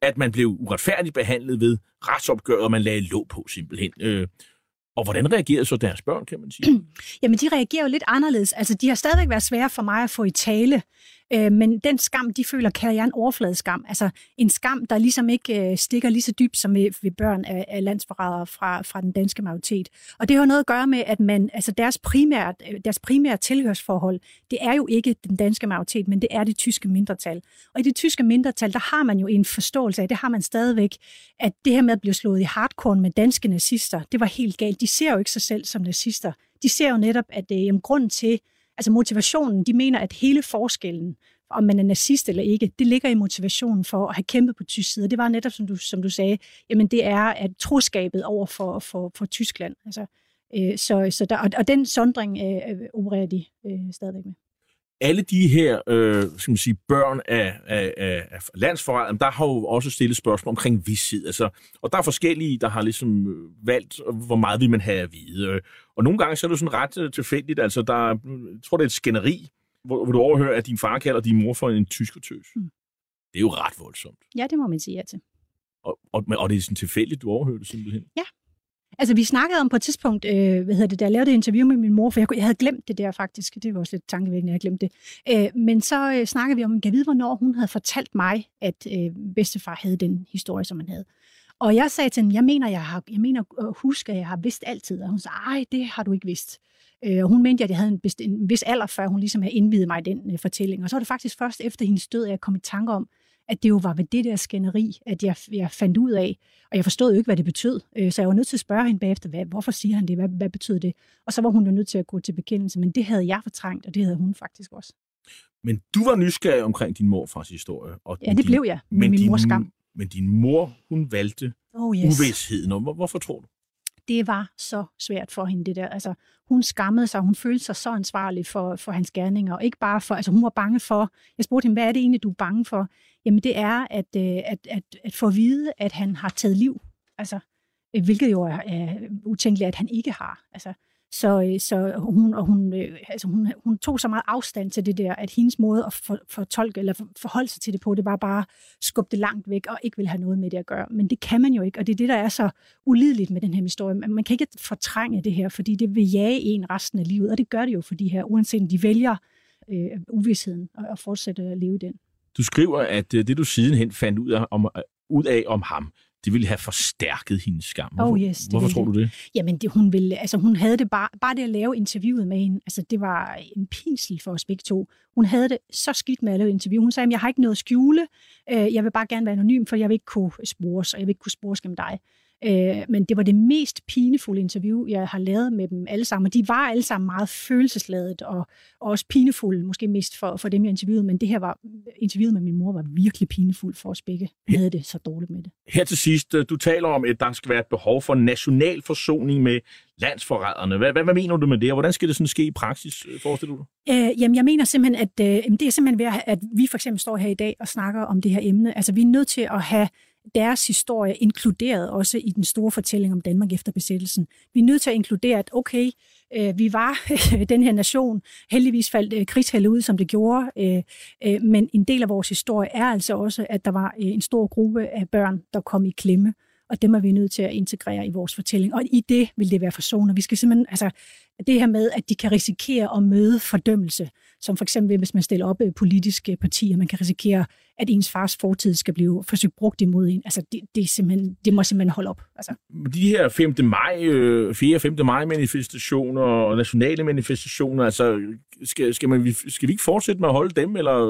at man blev uretfærdigt behandlet ved retsopgøret, og man lagde låg på simpelthen. Øh, og hvordan reagerede så deres børn, kan man sige? Jamen, de reagerer jo lidt anderledes. Altså, de har stadigvæk været svære for mig at få i tale, øh, men den skam, de føler, kalder jeg en overfladeskam. Altså, en skam, der ligesom ikke øh, stikker lige så dybt som ved, ved børn af, af landsforrædere fra, fra den danske majoritet. Og det har noget at gøre med, at man, altså deres primære, deres primære tilhørsforhold, det er jo ikke den danske majoritet, men det er det tyske mindretal. Og i det tyske mindretal, der har man jo en forståelse af, det har man stadigvæk, at det her med at blive slået i hardcore med danske nazister, det var helt galt. De ser jo ikke sig selv som nazister. De ser jo netop, at det er grund til, altså motivationen, de mener, at hele forskellen, om man er nazist eller ikke, det ligger i motivationen for at have kæmpet på tysk side. Det var netop, som du, som du sagde, jamen det er at troskabet over for, for, for Tyskland. Altså, øh, så, så der, og, og den sondring øh, opererer de øh, stadigvæk med. Alle de her øh, skal man sige, børn af, af, af landsforrædere, der har jo også stillet spørgsmål omkring vished. Altså, og der er forskellige, der har ligesom valgt, hvor meget vil man have at vide. Og nogle gange så er det sådan ret tilfældigt. Altså, der, jeg tror, det er et skænderi, hvor, hvor du overhører, at din far kalder din mor for en tyskertøs. Mm. Det er jo ret voldsomt. Ja, det må man sige ja til. Og, og, og det er sådan tilfældigt, du overhører det simpelthen? Ja. Altså, vi snakkede om på et tidspunkt, øh, hvad hedder det, da jeg lavede et interview med min mor, for jeg, jeg havde glemt det der faktisk. Det var også lidt tankevækkende, at jeg glemte det. Øh, men så øh, snakkede vi om, at jeg ved, hvornår hun havde fortalt mig, at øh, bedstefar havde den historie, som han havde. Og jeg sagde til hende, jeg mener, jeg har, jeg mener at huske, at jeg har vidst altid. Og hun sagde, ej, det har du ikke vidst. Øh, og hun mente, at jeg havde en, best, en vis alder, før hun ligesom havde indvidet mig i den øh, fortælling. Og så var det faktisk først efter hendes død, at jeg kom i tanke om, at det jo var ved det der skænderi, at jeg, jeg fandt ud af, og jeg forstod jo ikke, hvad det betød. Så jeg var nødt til at spørge hende bagefter, hvad, hvorfor siger han det, hvad, hvad betød det? Og så var hun jo nødt til at gå til bekendelse, men det havde jeg fortrængt, og det havde hun faktisk også. Men du var nysgerrig omkring din morfars historie. Og ja, det din, blev jeg, med min din, mors skam. Men din mor, hun valgte oh, yes. uvidsheden. Hvor, hvorfor tror du? Det var så svært for hende, det der. Altså, hun skammede sig, hun følte sig så ansvarlig for, for hans gerninger, og ikke bare for, altså hun var bange for, jeg spurgte hende, hvad er det egentlig, du er bange for? Jamen det er at, at, at, at få at vide, at han har taget liv, altså, hvilket jo er, er utænkeligt, at han ikke har. Altså, så, så hun, og hun, altså hun, hun tog så meget afstand til det der, at hendes måde at for, fortolke eller for, forholde sig til det på, det var bare skubbe det langt væk og ikke vil have noget med det at gøre. Men det kan man jo ikke, og det er det, der er så ulideligt med den her historie. Man kan ikke fortrænge det her, fordi det vil jage en resten af livet, og det gør det jo for de her, uanset om de vælger øh, uvidsheden og, og fortsætte at leve i den. Du skriver, at det, du sidenhen fandt ud af om, ud af om ham, det ville have forstærket hendes skam. Hvorfor, oh yes, hvorfor tror du det? Jamen, det, hun, ville, altså, hun havde det bare, bare det at lave interviewet med hende. Altså, det var en pinsel for os begge to. Hun havde det så skidt med at lave interview. Hun sagde, jeg har ikke noget at skjule. Jeg vil bare gerne være anonym, for jeg vil ikke kunne spores, og jeg vil ikke kunne spores gennem dig. Men det var det mest pinefulde interview, jeg har lavet med dem alle sammen. Og de var alle sammen meget følelsesladet og, og også pinefulde, måske mest for, for dem, jeg interviewede. Men det her var, interviewet med min mor var virkelig pinefuldt for os begge. Jeg havde det så dårligt med det. Her til sidst, du taler om, at der skal være et behov for national forsoning med landsforræderne. Hvad, hvad, hvad mener du med det, og hvordan skal det sådan ske i praksis, forestiller du? Øh, jamen, jeg mener simpelthen, at øh, det er simpelthen ved, at vi for eksempel står her i dag og snakker om det her emne. Altså, vi er nødt til at have deres historie inkluderet også i den store fortælling om Danmark efter besættelsen. Vi er nødt til at inkludere, at okay, øh, vi var den her nation, heldigvis faldt øh, krigsheldet ud, som det gjorde, øh, øh, men en del af vores historie er altså også, at der var øh, en stor gruppe af børn, der kom i klemme, og dem er vi nødt til at integrere i vores fortælling. Og i det vil det være forsonet. Vi skal simpelthen, altså det her med, at de kan risikere at møde fordømmelse, som for eksempel, hvis man stiller op politiske partier, man kan risikere, at ens fars fortid skal blive forsøgt brugt imod en. Altså, det, det, er simpelthen, det må simpelthen holde op. Altså. De her femte maj, fjerde og femte maj manifestationer og nationale manifestationer, altså, skal, skal, man, skal vi ikke fortsætte med at holde dem, eller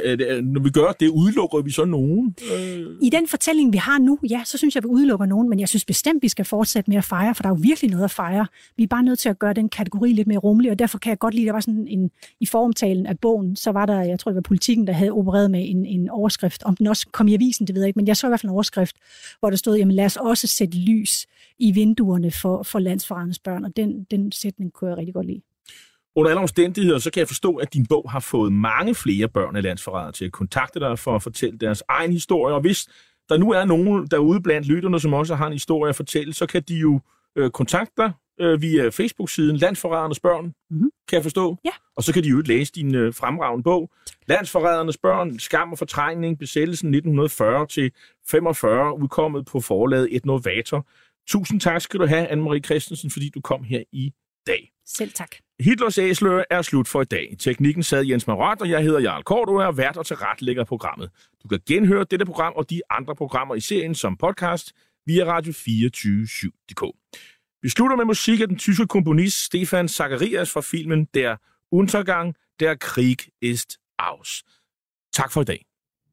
når vi gør det, udelukker vi så nogen? I den fortælling, vi har nu, ja, så synes jeg, vi udelukker nogen, men jeg synes bestemt, vi skal fortsætte med at fejre, for der er jo virkelig noget at fejre. Vi er bare nødt til at gøre den kategori lidt mere rummelig, og derfor kan jeg godt lide, der var sådan en, i formtalen af bogen, så var der, jeg tror det var Politikken, der havde opereret med en, en overskrift, om den også kom i avisen, det ved jeg ikke, men jeg så i hvert fald en overskrift, hvor der stod, jamen lad os også sætte lys i vinduerne for, for landsforrædernes børn, og den, den sætning kunne jeg rigtig godt lide. Under alle omstændigheder, så kan jeg forstå, at din bog har fået mange flere børn af landsforrædere til at kontakte dig for at fortælle deres egen historie, og hvis der nu er nogen derude blandt lytterne, som også har en historie at fortælle, så kan de jo øh, kontakte dig øh, via Facebook-siden Landsforrædernes Børn, mm-hmm. kan jeg forstå. Ja. Og så kan de jo læse din øh, fremragende bog. Landsforrædernes Børn, Skam og Fortrængning, besættelsen nitten fyrre til femogfyrre, udkommet på forlaget Et Novator. Tusind tak skal du have, Anne-Marie Christensen, fordi du kom her i dag. Selv tak. Hitlers Æsler er slut for i dag. I teknikken sad Jens Marot, og jeg hedder Jarl Kort, og er vært og tilrettelægger programmet. Du kan genhøre dette program og de andre programmer i serien som podcast via radio fireogtyve syv punktum d k. Vi slutter med musik af den tyske komponist Stefan Zacharias fra filmen Der Untergang, der Krieg ist aus. Tak for i dag.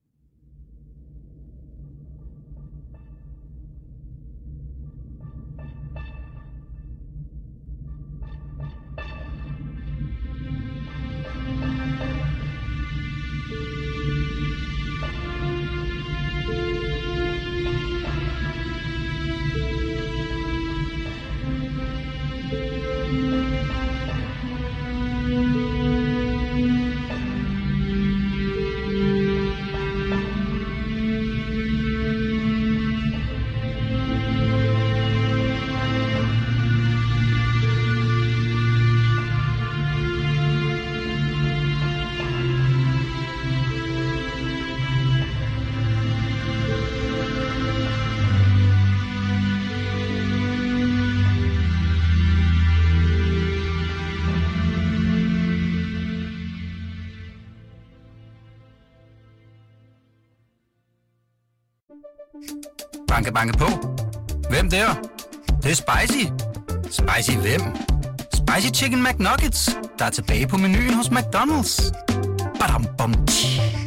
Banke, banke på. Hvem der? Det, det er spicy. Spicy hvem? Spicy Chicken McNuggets, der er tilbage på menuen hos McDonald's. Badum, bom, tji.